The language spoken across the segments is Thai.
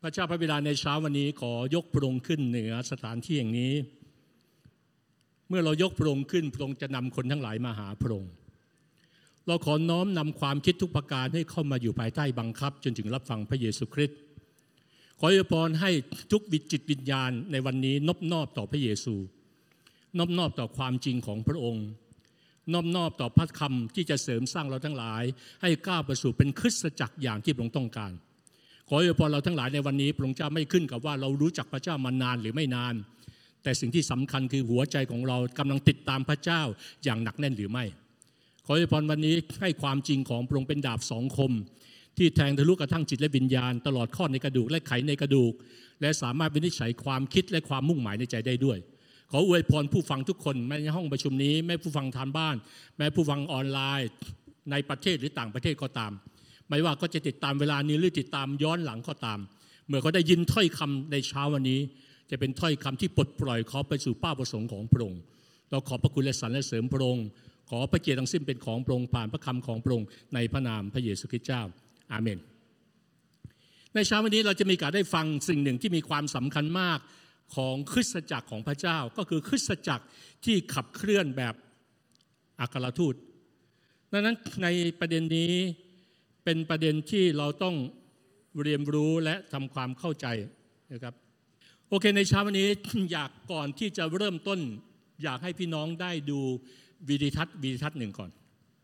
พระเจ้าพระบิดาในเช้าวันนี้ขอยกพระองค์ขึ้นเหนือสถานที่อย่างนี้เมื่อเรายกพระองค์ขึ้นพระองค์จะนำคนทั้งหลายมาหาพระองค์เราขอน้อมนำความคิดทุกประการให้เข้ามาอยู่ภายใต้บังคับจนถึงรับฟังพระเยซูคริสต์ขออวยพรให้ทุกจิตวิญญาณในวันนี้นอบนอบต่อพระเยซูนอบนอบต่อความจริงของพระองค์นอบนอบต่อพระคำที่จะเสริมสร้างเราทั้งหลายให้ก้าวไปสู่เป็นคริสตจักรอย่างที่พระองค์ต้องการขออวยพรเราทั้งหลายในวันนี้พระองค์เจ้าไม่ขึ้นกับว่าเรารู้จักพระเจ้ามานานหรือไม่นานแต่สิ่งที่สำคัญคือหัวใจของเรากำลังติดตามพระเจ้าอย่างหนักแน่นหรือไม่ขออวยพรวันนี้ให้ความจริงของพระองค์เป็นดาบสองคมที่แทงทะลุกระทั่งจิตและวิญญาณตลอดข้อในกระดูกและไขในกระดูกและสามารถวินิจฉัยความคิดและความมุ่งหมายในใจได้ด้วยขออวยพรผู้ฟังทุกคนแม้ในห้องประชุมนี้แม้ผู้ฟังทางบ้านแม้ผู้ฟังออนไลน์ในประเทศหรือต่างประเทศก็ตามไม่ว่าก็จะติดตามเวลานี้หรือติดตามย้อนหลังก็ตามเมื่อเขาได้ยินถ้อยคำในเช้าวันนี้จะเป็นถ้อยคำที่ปลดปล่อยเขาไปสู่เป้าประสงค์ของพระองค์เราขอบพระคุณและสรรเสริญพระองค์ขอพระเกียรติทั้งสิ้นเป็นของพระองค์ผ่านพระคำของพระองค์ในพระนามพระเยซูคริสต์เจ้าอาเมนในเช้าวันนี้เราจะมีการได้ฟังสิ่งหนึ่งที่มีความสำคัญมากของคริสตจักรของพระเจ้าก็คือคริสตจักรที่ขับเคลื่อนแบบอัครทูตดังนั้นในประเด็นนี้เป็นประเด็นที่เราต้องเรียนรู้และทำความเข้าใจนะครับโอเคในเช้าวันนี้อยากก่อนที่จะเริ่มต้นอยากให้พี่น้องได้ดูวิดีทัศน์หนึ่งก่อน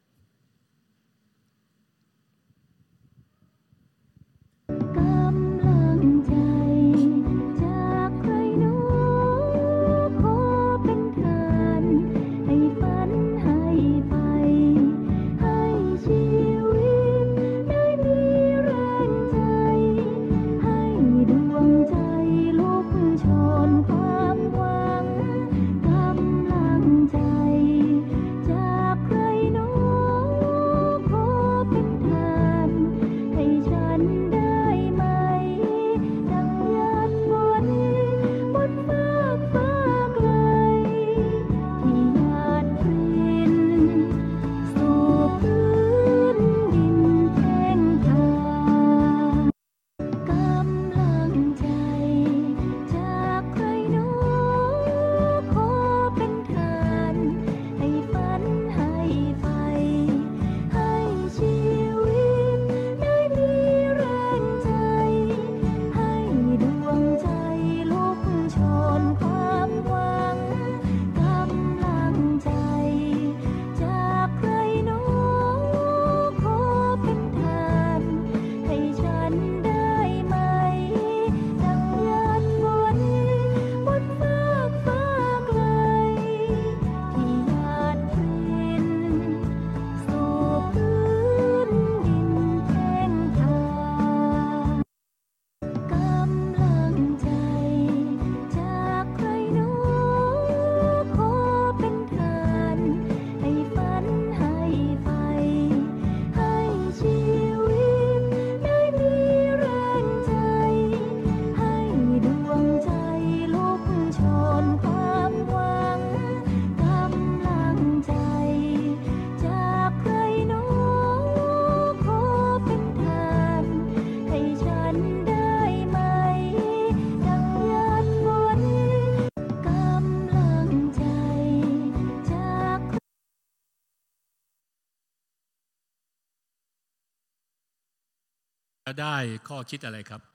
ได้ข้อคิดอะไรครับ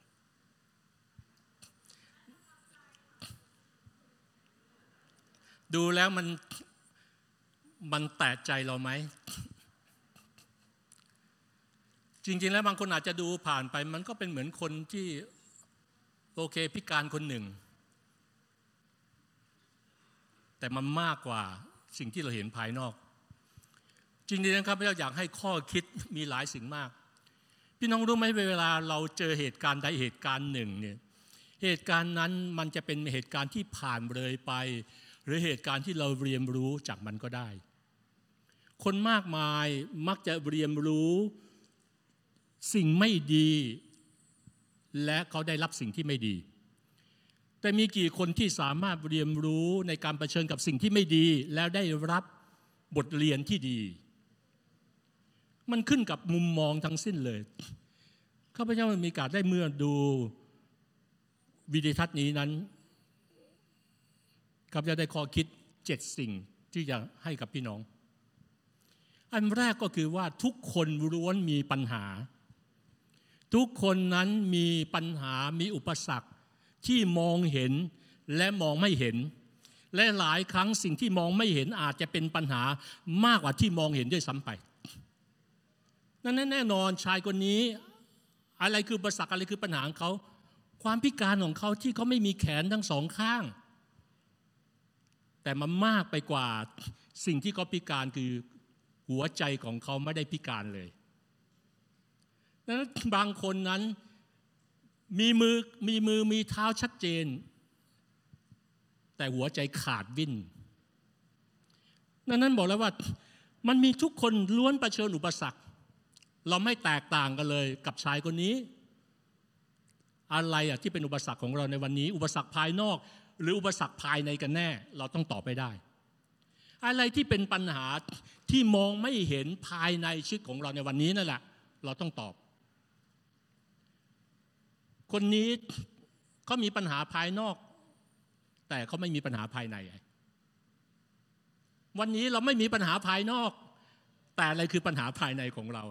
ดูแล้วมันแตะใจเราไหมจริงๆแล้วบางคนอาจจะดูผ่านไปมันก็เป็นเหมือนคนที่โอเคพิการคนหนึ่งแต่มันมากกว่าสิ่งที่เราเห็นภายนอกจริงๆนะครับเราอยากให้ข้อคิดมีหลายสิ่งมากพี่น้องรู้ไหมเวลาเราเจอเหตุการณ์ใดเหตุการณ์หนึ่งเนี่ยเหตุการณ์นั้นมันจะเป็นเหตุการณ์ที่ผ่านเลยไปหรือเหตุการณ์ที่เราเรียนรู้จากมันก็ได้คนมากมายมักจะเรียนรู้สิ่งไม่ดีและเขาได้รับสิ่งที่ไม่ดีแต่มีกี่คนที่สามารถเรียนรู้ในการเผชิญกับสิ่งที่ไม่ดีแล้วได้รับบทเรียนที่ดีมันขึ้นกับมุมมองทั้งสิ้นเลยข้าพเจ้ามีโอกาสได้เมื่อดูวิดีทัศน์นี้นั้นข้าพเจ้าได้ข้อคิด7 สิ่งที่จะให้กับพี่น้องอันแรกก็คือว่าทุกคนล้วนมีปัญหาทุกคนนั้นมีปัญหามีอุปสรรคที่มองเห็นและมองไม่เห็นและหลายครั้งสิ่งที่มองไม่เห็นอาจจะเป็นปัญหามากกว่าที่มองเห็นด้วยซ้ำไปนั้นแน่นอนชายคนนี้อะไรคืออุปสรรคอะไรคือปัญหาของเขาความพิการของเขาที่เขาไม่มีแขนทั้งสองข้างแต่มันมากไปกว่าสิ่งที่เขาพิการคือหัวใจของเขาไม่ได้พิการเลยนั้นบางคนนั้นมีมือมีเท้าชัดเจนแต่หัวใจขาดวิ่นนั้นบอกแล้วว่ามันมีทุกคนล้วนเผชิญอุปสรรคเราไม่แตกต่างกันเลยกับชายคนนี้อะไรที่เป็นอุปสรรคของเราในวันนี้อุปสรรคภายนอกหรืออุปสรรคภายในกันแน่เราต้องตอบไปได้อะไรที่เป็นปัญหาที่มองไม่เห็นภายในชีวิตของเราในวันนี้นั่นแหละเราต้องตอบคนนี้เขามีปัญหาภายนอกแต่เขาไม่มีปัญหาภายในวันนี้เราไม่มีปัญหาภายนอกแต่อะไรคือปัญหาภายในของเรา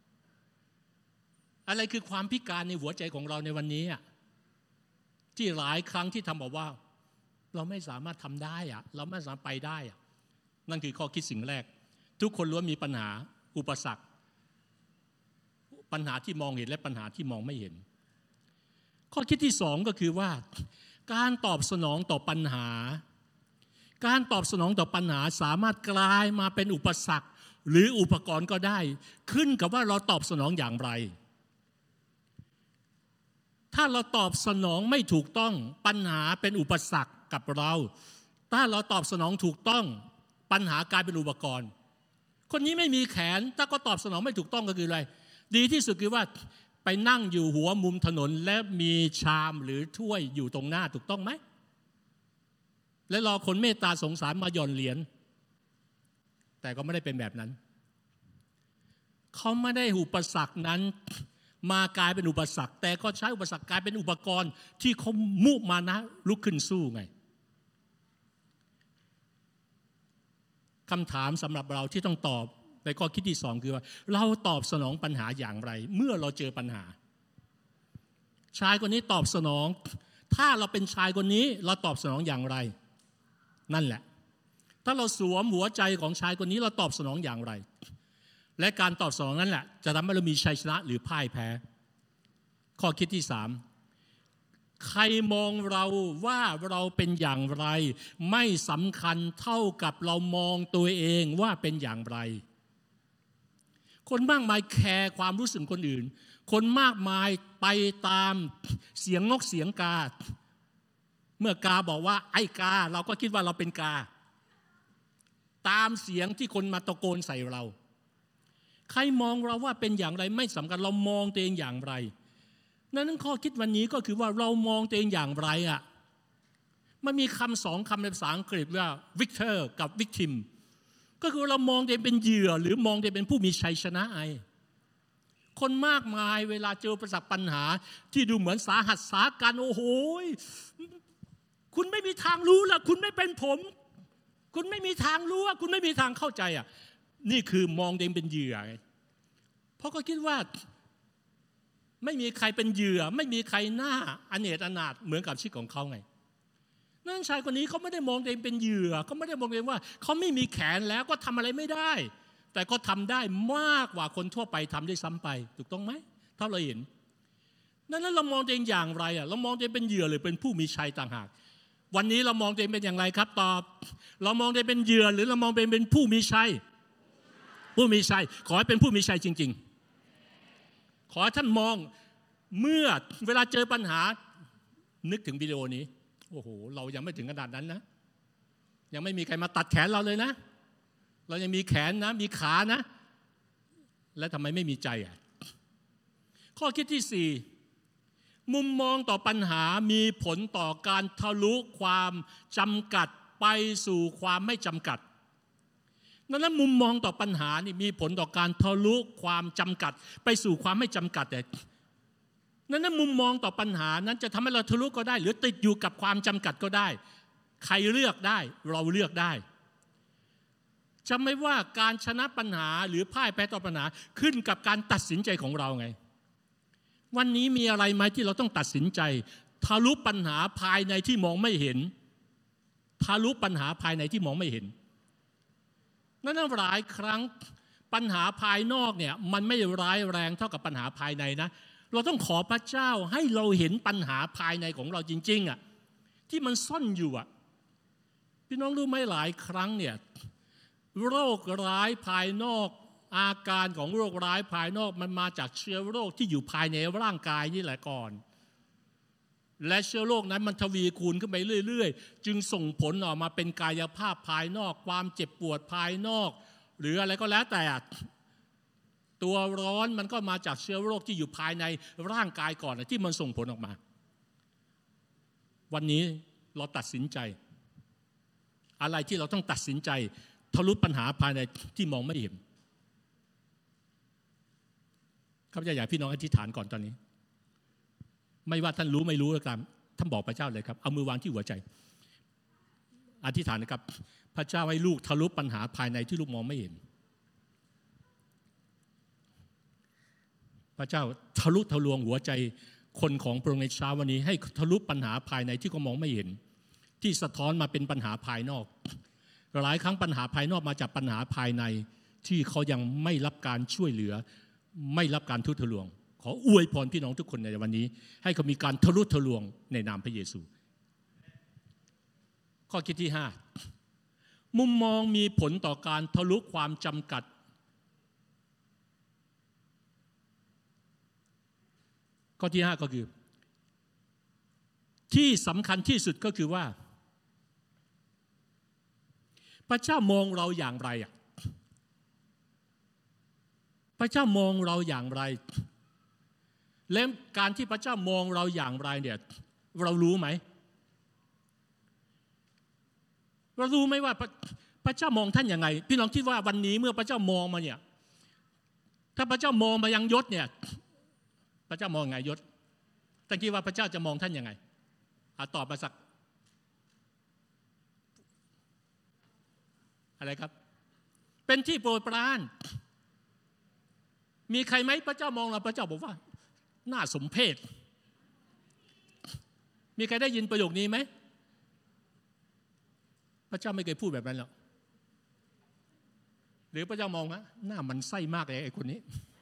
อะไรคือความพิการในหัวใจของเราในวันนี้ที่หลายครั้งที่ทำบอกว่าเราไม่สามารถทำได้เราไม่สามารถไปได้นั่นคือข้อคิดสิ่งแรกทุกคนล้วนมีปัญหาอุปสรรคปัญหาที่มองเห็นและปัญหาที่มองไม่เห็นข้อคิดที่สองก็คือว่าการตอบสนองต่อปัญหาการตอบสนองต่อปัญหาสามารถกลายมาเป็นอุปสรรคหรืออุปกรณ์ก็ได้ขึ้นกับว่าเราตอบสนองอย่างไรถ้าเราตอบสนองไม่ถูกต้องปัญหาเป็นอุปสรรคกับเราถ้าเราตอบสนองถูกต้องปัญหากลายเป็นอุปกรณ์คนนี้ไม่มีแขนถ้าก็ตอบสนองไม่ถูกต้องก็คืออะไรดีที่สุดคือว่าไปนั่งอยู่หัวมุมถนนและมีชามหรือถ้วยอยู่ตรงหน้าถูกต้องไหมและรอคนเมตตาสงสารมาหย่อนเหรียญแต่ก็ไม่ได้เป็นแบบนั้นเขาไม่ได้อุปสรรคนั้นมากลายเป็นอุปสรรคแต่ก็ใช้อุปสรรคกลายเป็นอุปกรณ์ที่เขามุมานะลุกขึ้นสู้ไงคำถามสำหรับเราที่ต้องตอบในข้อคิดที่สองคือว่าเราตอบสนองปัญหาอย่างไรเมื่อเราเจอปัญหาชายคนนี้ตอบสนองถ้าเราเป็นชายคนนี้เราตอบสนองอย่างไรนั่นแหละถ้าเราสวมหัวใจของชายคนนี้เราตอบสนองอย่างไรและการตอบสนองนั้นแหละจะทำให้เรามีชัยชนะหรือพ่ายแพ้ข้อคิดที่สามใครมองเราว่าเราเป็นอย่างไรไม่สำคัญเท่ากับเรามองตัวเองว่าเป็นอย่างไรคนมากมายแคร์ความรู้สึกคนอื่นคนมากมายไปตามเสียงนกเสียงกาเมื่อกาบอกว่าไอ้กาเราก็คิดว่าเราเป็นกาตามเสียงที่คนมาตะโกนใส่เราใครมองเราว่าเป็นอย่างไรไม่สำคัญเรามองตัวเองอย่างไรนั้นข้อคิดวันนี้ก็คือว่าเรามองตัวเองอย่างไรมันมีคำสองคำในภาษาอังกฤษว่า victor กับ victim ก็คือเรามองตัวเองเป็นเหยื่อหรือมองตัวเองเป็นผู้มีชัยชนะคนมากมายเวลาเจอประสบปัญหาที่ดูเหมือนสาหัสสากันโอ้โหคุณไม่มีทางรู้ล่ะคุณไม่เป็นผมคุณไม่มีทางรู้คุณไม่มีทางเข้าใจนี่คือมองตัวเองเป็นเหยื่อเพราะก็คิดว่าไม่มีใครเป็นเหยื่อไม่มีใครหน้าอเนกอนาถเหมือนกับชีวิตของเขาไงนั่นชายคนนี้เขาไม่ได้มองตัวเองเป็นเหยื่อเขาไม่ได้มองตัวเองว่าเขาไม่มีแขนแล้วก็ทำอะไรไม่ได้แต่ก็ทำได้มากกว่าคนทั่วไปทำได้ซ้ำไปถูกต้องไหมถ้าเราเห็นนั้นเรามองตัวเองอย่างไรเรามองตัวเองเป็นเหยื่อหรือเป็นผู้มีชัยต่างหากวันนี้เรามองตัวเองเป็นอย่างไรครับตอบเรามองตัวเองเป็นเหยื่อหรือเรามองตัวเองเป็นผู้มีชัยผู้มีชัยขอให้เป็นผู้มีชัยจริงๆขอให้ท่านมองเมื่อเวลาเจอปัญหานึกถึงวิดีโอนี้โอ้โหเรายังไม่ถึงขนาดนั้นนะยังไม่มีใครมาตัดแขนเราเลยนะเรายังมีแขนนะมีขานะและทำไมไม่มีใจข้อคิดที่สี่มุมมองต่อปัญหามีผลต่อการทะลุความจำกัดไปสู่ความไม่จำกัดนั้นมุมมองต่อปัญหานี่มีผลต่อการทะลุความจำกัดไปสู่ความไม่จำกัดนั้นมุมมองต่อปัญหานั้นจะทำให้เราทะลุก็ได้หรือติดอยู่กับความจำกัดก็ได้ใครเลือกได้เราเลือกได้จำไม่ว่าการชนะปัญหาหรือพ่ายแพ้ต่อปัญหาขึ้นกับการตัดสินใจของเราไงวันนี้มีอะไรไหมที่เราต้องตัดสินใจทะลุปัญหาภายในที่มองไม่เห็นทะลุปัญหาภายในที่มองไม่เห็นนั่นหลายครั้งปัญหาภายนอกเนี่ยมันไม่ร้ายแรงเท่ากับปัญหาภายในนะเราต้องขอพระเจ้าให้เราเห็นปัญหาภายในของเราจริงๆอ่ะที่มันซ่อนอยู่อ่ะพี่น้องรู้ไหมหลายครั้งเนี่ยโรคร้ายภายนอกอาการของโรคร้ายภายนอกมันมาจากเชื้อโรคที่อยู่ภายในร่างกายนี่แหละก่อนและเชื้อโรคนั้นมันทวีคูณขึ้นไปเรื่อยๆจึงส่งผลออกมาเป็นกายภาพภายนอกความเจ็บปวดภายนอกหรืออะไรก็แล้วแต่ตัวร้อนมันก็มาจากเชื้อโรคที่อยู่ภายในร่างกายก่อนที่มันส่งผลออกมาวันนี้เราตัดสินใจอะไรที่เราต้องตัดสินใจทะลุปัญหาภายในที่มองไม่เห็นข้าพเจ้าอยากพี่น้องอธิษฐานก่อนตอนนี้ไม่ว่าท่านรู้ไม่รู้ก็ตามท่านบอกพระเจ้าเลยครับเอามือวางที่หัวใจอธิษฐานนะครับพระเจ้าให้ลูกทะลุปัญหาภายในที่ลูกมองไม่เห็นพระเจ้าทะลุทะลวงหัวใจคนของพระองค์ในเช้าวันนี้ให้ทะลุปัญหาภายในที่เขามองไม่เห็นที่สะท้อนมาเป็นปัญหาภายนอกหลายครั้งปัญหาภายนอกมาจากปัญหาภายในที่เขายังไม่รับการช่วยเหลือไม่รับการทุทะลวงขออวยพรพี่น้องทุกคนในวันนี้ให้เขามีการทะลุทะลวงในนามพระเยซูข้อคิดที่5มุมมองมีผลต่อการทะลุความจำกัดข้อที่5ก็คือที่สำคัญที่สุดก็คือว่าพระเจ้ามองเราอย่างไรพระเจ้ามองเราอย่างไรและการที่พระเจ้ามองเราอย่างไรเนี่ยเรารู้ไหมเรารู้ไหมว่าพระเจ้ามองท่านยังไงพี่น้องคิดว่าวันนี้เมื่อพระเจ้ามองมาเนี่ยถ้าพระเจ้ามองมายังยศเนี่ยพระเจ้ามองไงยศท่านคิดว่าพระเจ้าจะมองท่านยังไงตอบมาสักอะไรครับเป็นที่โปรดปรานมีใครไหมพระเจ้ามองเราพระเจ้าบอกว่าน่าสมเพชมีใครได้ยินประโยคนี้ไหมพระเจ้าไม่เคยพูดแบบนั้นหรอกหรือพระเจ้ามองว่าหน้ามันไส้มากเลยไอ้คนนี้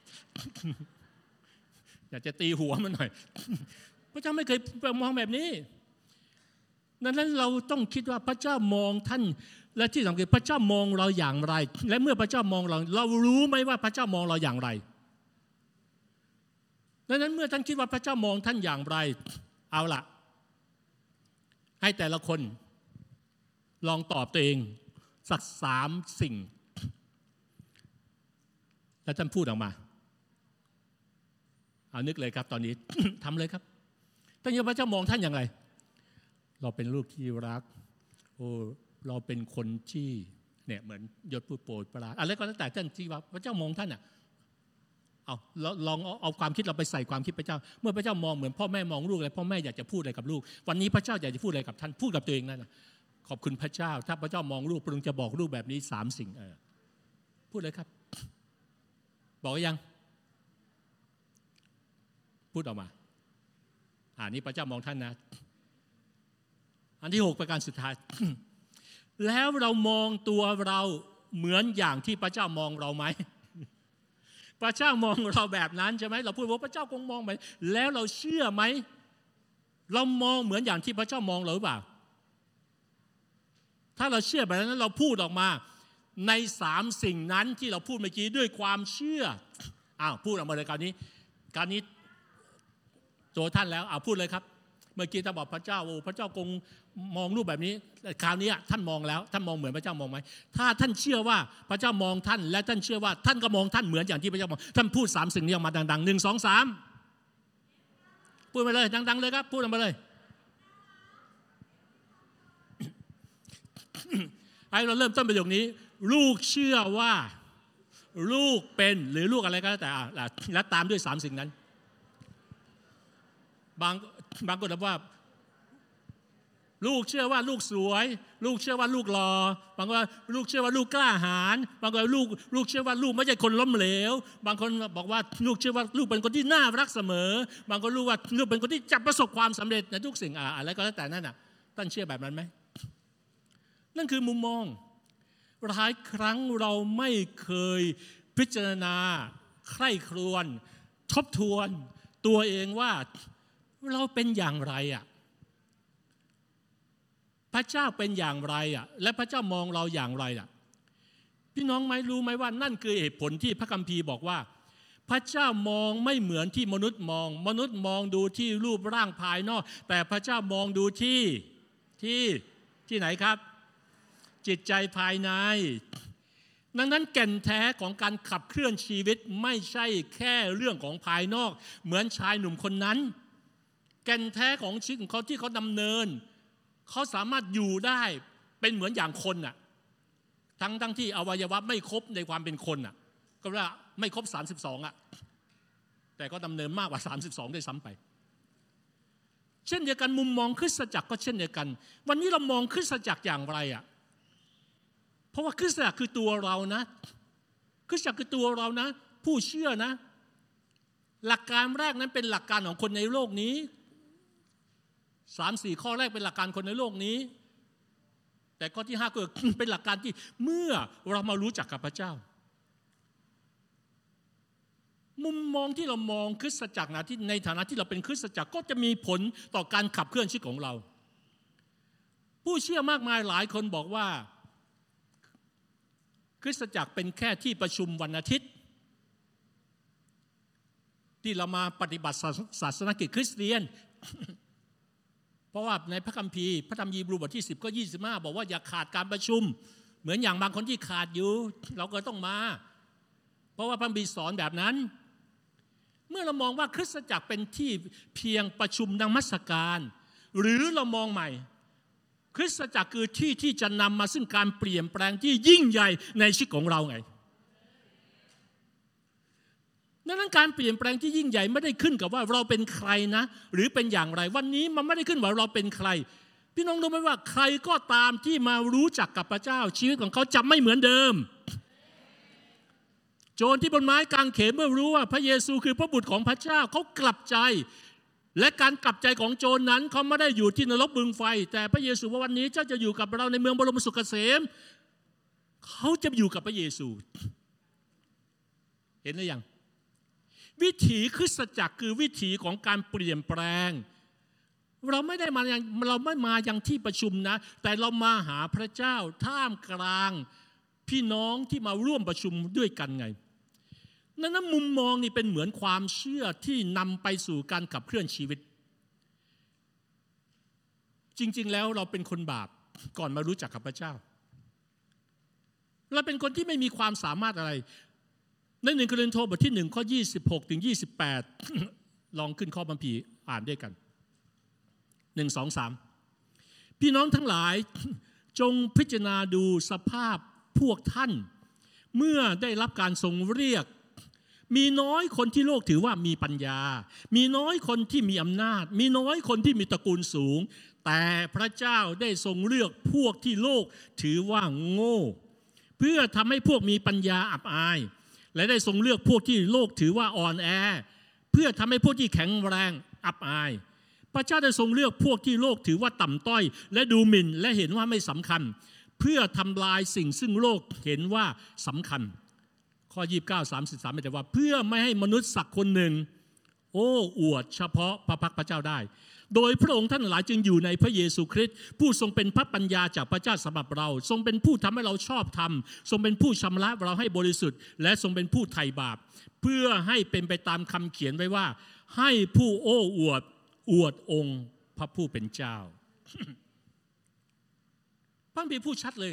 อยากจะตีหัวมันหน่อย พระเจ้าไม่เคยมองแบบนี้ดังนั้นเราต้องคิดว่าพระเจ้ามองท่านและที่สำคัญพระเจ้ามองเราอย่างไรและเมื่อพระเจ้ามองเรารู้ไหมว่าพระเจ้ามองเราอย่างไรดังนั้นเมื่อท่านคิดว่าพระเจ้ามองท่านอย่างไรเอาล่ะให้แต่ละคนลองตอบตัวเองสัก3 สิ่งแล้วท่านพูดออกมาเอานึกเลยครับตอนนี้ ทำเลยครับท่านคิดว่าพระเจ้ามองท่านอย่างไรเราเป็นลูกที่รักโอ้เราเป็นคนที่เนี่ยเหมือนยศผู้โปรดปรานอะไรก็แล้วแต่ท่านที่ว่าพระเจ้ามองท่านอ่ะเอาลองเอาความคิดเราไปใส่ความคิดพระเจ้าเมื่อพระเจ้ามองเหมือนพ่อแม่มองลูกอะไรพ่อแม่อยากจะพูดอะไรกับลูกวันนี้พระเจ้าอยากจะพูดอะไรกับท่านพูดกับตัวเองนั่นนะขอบคุณพระเจ้าถ้าพระเจ้ามองลูกพระองค์จะบอกลูกแบบนี้3 สิ่งพูดเลยครับบอกยังพูดออกมานี่พระเจ้ามองท่านนะอันที่6ประการสุดท้าย แล้วเรามองตัวเราเหมือนอย่างที่พระเจ้ามองเราไหม พระเจ้ามองเราแบบนั้นใช่ไหมเราพูดว่าพระเจ้าคงมองไปแล้วเราเชื่อไหมเรามองเหมือนอย่างที่พระเจ้ามองเราหรือเปล่าถ้าเราเชื่อแบบนั้นเราพูดออกมาใน3 สิ่งนั้นที่เราพูดเมื่อกี้ด้วยความเชื่อพูดออกมาเลยการนี้ตัวท่านแล้วพูดเลยครับเมื่อกี้ท่านบอกพระเจ้าพระเจ้าคงมองรูปแบบนี้คราวนี้ท่านมองแล้วท่านมองเหมือนพระเจ้ามองไหมถ้าท่านเชื่อว่าพระเจ้ามองท่านและท่านเชื่อว่าท่านก็มองท่านเหมือนอย่างที่พระเจ้ามองท่านพูด3 สิ่งนี้ออกมาดังๆ1 2 3พูดมาเลยดังๆเลยครับพูดออกมาเลยให้เราเริ่มต้นประโยคนี้ลูกเชื่อว่าลูกเป็นหรือลูกอะไรก็แล้วแต่แล้วตามด้วย3 สิ่งนั้นบางคนบอกว่าลูกเชื่อว่าลูกสวยลูกเชื่อว่าลูกหล่อบางคนลูกเชื่อว่าลูกกล้าหาญบางคนลูกเชื่อว่าลูกไม่ใช่คนล้มเหลวบางคนบอกว่าลูกเชื่อว่าลูกเป็นคนที่น่ารักเสมอบางคนรู้ว่าลูกเป็นคนที่จะประสบความสำเร็จในทุกสิ่งอะไรก็แล้วแต่นั่นน่ะท่านเชื่อแบบนั้นไหมนั่นคือมุมมองหลายครั้งเราไม่เคยพิจารณาใคร่ครวญทบทวนตัวเองว่าเราเป็นอย่างไรพระเจ้าเป็นอย่างไรและพระเจ้ามองเราอย่างไรพี่น้องไม่รู้ไหมว่านั่นคือเหตุผลที่พระคัมภีร์บอกว่าพระเจ้ามองไม่เหมือนที่มนุษย์มองมนุษย์มองดูที่รูปร่างภายนอกแต่พระเจ้ามองดูที่ไหนครับจิตใจภายในดังนั้นแก่นแท้ของการขับเคลื่อนชีวิตไม่ใช่แค่เรื่องของภายนอกเหมือนชายหนุ่มคนนั้นแก่นแท้ของชีวิตของเขาที่เขาดำเนินเขาสามารถอยู่ได้เป็นเหมือนอย่างคนทั้งที่อวัยวะไม่ครบในความเป็นคนก็ว่าไม่ครบ32แต่ก็ดำเนินมากกว่า32ด้วยซ้ำไปเช่นเดียวกันมุมมองคริสตจักรก็เช่นเดียวกันวันนี้เรามองคริสตจักรอย่างไรเพราะว่าคริสตจักรคือตัวเรานะคริสตจักรคือตัวเรานะผู้เชื่อนะหลักการแรกนั้นเป็นหลักการของคนในโลกนี้3-4 ข้อแรกเป็นหลักการคนในโลกนี้แต่ข้อที่5ก็เป็นหลักการที่เมื่อเรามารู้จักกับพระเจ้ามุมมองที่เรามองคริสตจักรนะที่ในฐานะที่เราเป็นคริสตจักรก็จะมีผลต่อการขับเคลื่อนชีวิตของเราผู้เชื่อมากมายหลายคนบอกว่าคริสตจักรเป็นแค่ที่ประชุมวันอาทิตย์ที่เรามาปฏิบัติศาสนกิจคริสเตียนเพราะว่าในพระคัมภีร์พระธรรมฮีบรูบทที่10ข้อ25บอกว่าอย่าขาดการประชุมเหมือนอย่างบางคนที่ขาดอยู่เราก็ต้องมาเพราะว่าพระคัมภีร์สอนแบบนั้นเมื่อเรามองว่าคริสตจักรเป็นที่เพียงประชุมนมัสการหรือเรามองใหม่คริสตจักรคือที่ที่จะนำมาซึ่งการเปลี่ยนแปลงที่ยิ่งใหญ่ในชีวิตของเราไงดังนั้นการเปลี่ยนแปลงที่ยิ่งใหญ่ไม่ได้ขึ้นกับว่าเราเป็นใครนะหรือเป็นอย่างไรวันนี้มันไม่ได้ขึ้นว่าเราเป็นใครพี่น้องรู้ไหมว่าใครก็ตามที่มารู้จักกับพระเจ้าชีวิตของเขาจะไม่เหมือนเดิมโจรที่บนไม้กางเขนเมื่อรู้ว่าพระเยซูคือพระบุตรของพระเจ้าเขากลับใจและการกลับใจของโจรนั้นเขาไม่ได้อยู่ที่นรกบึงไฟแต่พระเยซูว่าวันนี้เจ้าจะอยู่กับเราในเมืองบรมสุขเกษมเขาจะอยู่กับพระเยซูเห็นหรือยังวิถีคริสตจักรคือวิถีของการเปลี่ยนแปลงเราไม่มายังที่ประชุมนะแต่เรามาหาพระเจ้าท่ามกลางพี่น้องที่มาร่วมประชุมด้วยกันไงนั้นมุมมองนี่เป็นเหมือนความเชื่อที่นำไปสู่การขับเคลื่อนชีวิตจริงๆแล้วเราเป็นคนบาปก่อนมารู้จักกับพระเจ้าเราเป็นคนที่ไม่มีความสามารถอะไรใน1 โครินธ์บทที่1ข้อ26ถึง28ลองขึ้นข้อคัมภีร์อ่านด้วยกัน1 2 3พี่น้องทั้งหลายจงพิจารณาดูสภาพพวกท่านเมื่อได้รับการทรงเรียกมีน้อยคนที่โลกถือว่ามีปัญญามีน้อยคนที่มีอำนาจมีน้อยคนที่มีตระกูลสูงแต่พระเจ้าได้ทรงเลือกพวกที่โลกถือว่าโง่เพื่อทำให้พวกมีปัญญาอับอายและได้ทรงเลือกพวกที่โลกถือว่าอ่อนแอเพื่อทำให้พวกที่แข็งแรงอับอายพระเจ้าได้ทรงเลือกพวกที่โลกถือว่าต่ำต้อยและดูหมิ่นและเห็นว่าไม่สำคัญเพื่อทำลายสิ่งซึ่งโลกเห็นว่าสำคัญข้อ29-33แต่ว่าเพื่อไม่ให้มนุษย์สักคนหนึ่งโอ้อวดเฉพาะพระพักพระเจ้าได้โดยพระองค์ท่านหลายจึงอยู่ในพระเยซูคริสต์ผู้ทรงเป็นพระปัญญาจากพระเจ้าสำหรับเราทรงเป็นผู้ทำให้เราชอบธรรมทรงเป็นผู้ชำระเราให้บริสุทธิ์และทรงเป็นผู้ไถ่บาปเพื่อให้เป็นไปตามคำเขียนไว้ว่าให้ผู้โอ้อวดองค์พระผู้เป็นเจ้า พระคัมภีร์พูดชัดเลย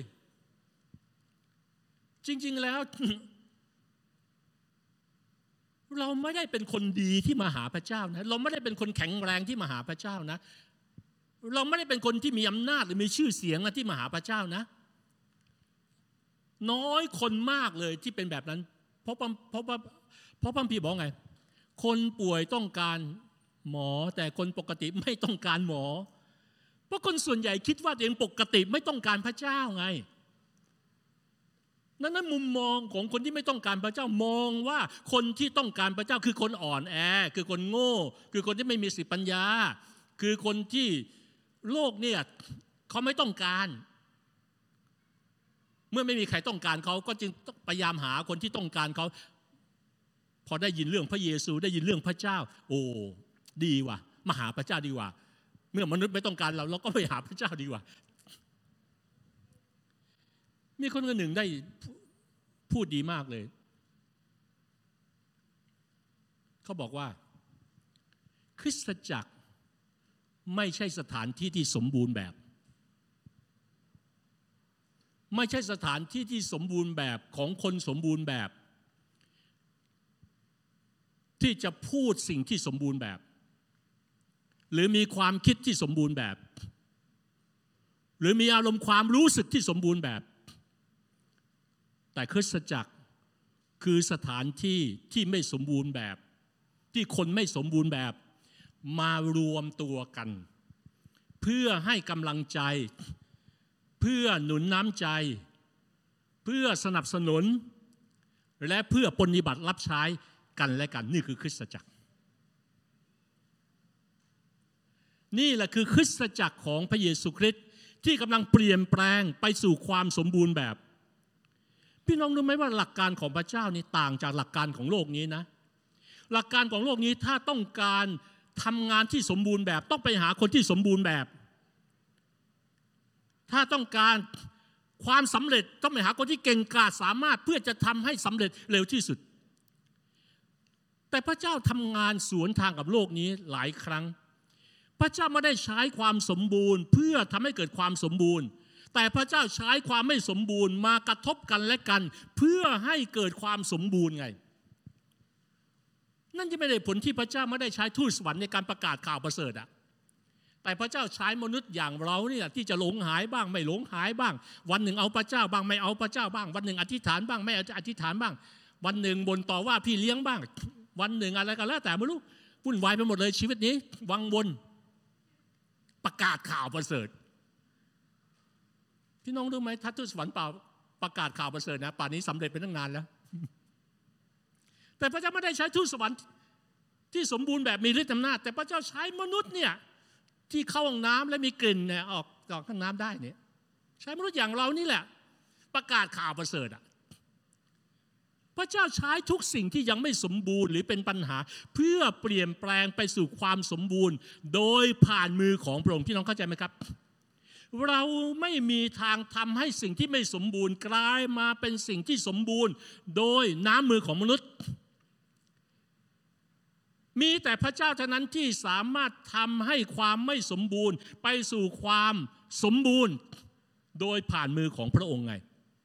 จริงๆแล้ว เราไม่ได้เป็นคนดีที่มาหาพระเจ้านะเราไม่ได้เป็นคนแข็งแรงที่มาหาพระเจ้านะเราไม่ได้เป็นคนที่มีอำนาจหรือมีชื่อเสียงนะที่มาหาพระเจ้านะน้อยคนมากเลยที่เป็นแบบนั้นเพราะพระคัมภีร์บอกไงคนป่วยต้องการหมอแต่คนปกติไม่ต้องการหมอเพราะคนส่วนใหญ่คิดว่าตัวเองปกติไม่ต้องการพระเจ้าไงนั้นมุมมองของคนที่ไม่ต้องการพระเจ้ามองว่าคนที่ต้องการพระเจ้าคือคนอ่อนแอคือคนโง่คือคนที่ไม่มีสติปัญญาคือคนที่โลกเนี่ยเขาไม่ต้องการเมื่อไม่มีใครต้องการเขาก็จึงพยายามหาคนที่ต้องการเขาพอได้ยินเรื่องพระเยซูได้ยินเรื่องพระเจ้าโอ้ดีว่ะมาหาพระเจ้าดีกว่าเมื่อมนุษย์ไม่ต้องการเราก็ไปหาพระเจ้าดีกว่ามีคนคนหนึ่งได้พูดดีมากเลยเขาบอกว่าคริสตจักรไม่ใช่สถานที่ที่สมบูรณ์แบบไม่ใช่สถานที่ที่สมบูรณ์แบบของคนสมบูรณ์แบบที่จะพูดสิ่งที่สมบูรณ์แบบหรือมีความคิดที่สมบูรณ์แบบหรือมีอารมณ์ความรู้สึกที่สมบูรณ์แบบแต่คริสตจักรคือสถานที่ที่ไม่สมบูรณ์แบบที่คนไม่สมบูรณ์แบบมารวมตัวกันเพื่อให้กำลังใจเพื่อหนุนน้ำใจเพื่อสนับสนุนและเพื่อปฏิบัติรับใช้กันและกันนี่คือคริสตจักรนี่แหละคือคริสตจักรของพระเยซูคริสต์ที่กำลังเปลี่ยนแปลงไปสู่ความสมบูรณ์แบบพี่น้องรู้ไหมว่าหลักการของพระเจ้านี่ต่างจากหลักการของโลกนี้นะหลักการของโลกนี้ถ้าต้องการทำงานที่สมบูรณ์แบบต้องไปหาคนที่สมบูรณ์แบบถ้าต้องการความสำเร็จต้องไปหาคนที่เก่งกาจสามารถเพื่อจะทำให้สำเร็จเร็วที่สุดแต่พระเจ้าทำงานสวนทางกับโลกนี้หลายครั้งพระเจ้าไม่ได้ใช้ความสมบูรณ์เพื่อทำให้เกิดความสมบูรณ์แต่พระเจ้าใช้ความไม่สมบูรณ์มากระทบกันและกันเพื่อให้เกิดความสมบูรณ์ไงนั่นจะไม่ได้ผลที่พระเจ้าไม่ได้ใช้ทูตสวรรค์ในการประกาศข่าวประเสริฐอะแต่พระเจ้าใช้มนุษย์อย่างเราเนี่ยที่จะหลงหายบ้างไม่หลงหายบ้างวันหนึ่งเอาพระเจ้าบ้างไม่เอาพระเจ้าบ้างวันหนึ่งอธิษฐานบ้างไม่อธิษฐานบ้างวันหนึ่งบ่นต่อว่าพี่เลี้ยงบ้างวันหนึ่งอะไรก็แล้วแต่ไม่รู้วุ่นวายไปหมดเลยชีวิตนี้วังวนประกาศข่าวประเสริฐพี่น้องรู้ไหมถ้าทูตสวรรค์ประกาศข่าวประเสริฐนะป่านนี้สำเร็จไปตั้งนานแล้วแต่พระเจ้าไม่ได้ใช้ทูตสวรรค์ที่สมบูรณ์แบบมีฤทธิ์อำนาจแต่พระเจ้าใช้มนุษย์เนี่ยที่เข้าห้องน้ำและมีกลิ่นเนี่ยออกจากห้องน้ำได้เนี่ยใช้มนุษย์อย่างเรานี่แหละประกาศข่าวประเสริฐอะพระเจ้าใช้ทุกสิ่งที่ยังไม่สมบูรณ์หรือเป็นปัญหาเพื่อเปลี่ยนแปลงไปสู่ความสมบูรณ์โดยผ่านมือของพระองค์พี่น้องเข้าใจไหมครับเราไม่มีทางทำให้สิ่งที่ไม่สมบูรณ์กลายมาเป็นสิ่งที่สมบูรณ์โดยน้ำมือของมนุษย์มีแต่พระเจ้าเท่านั้นที่สามารถทำให้ความไม่สมบูรณ์ไปสู่ความสมบูรณ์โดยผ่านมือของพระองค์ไง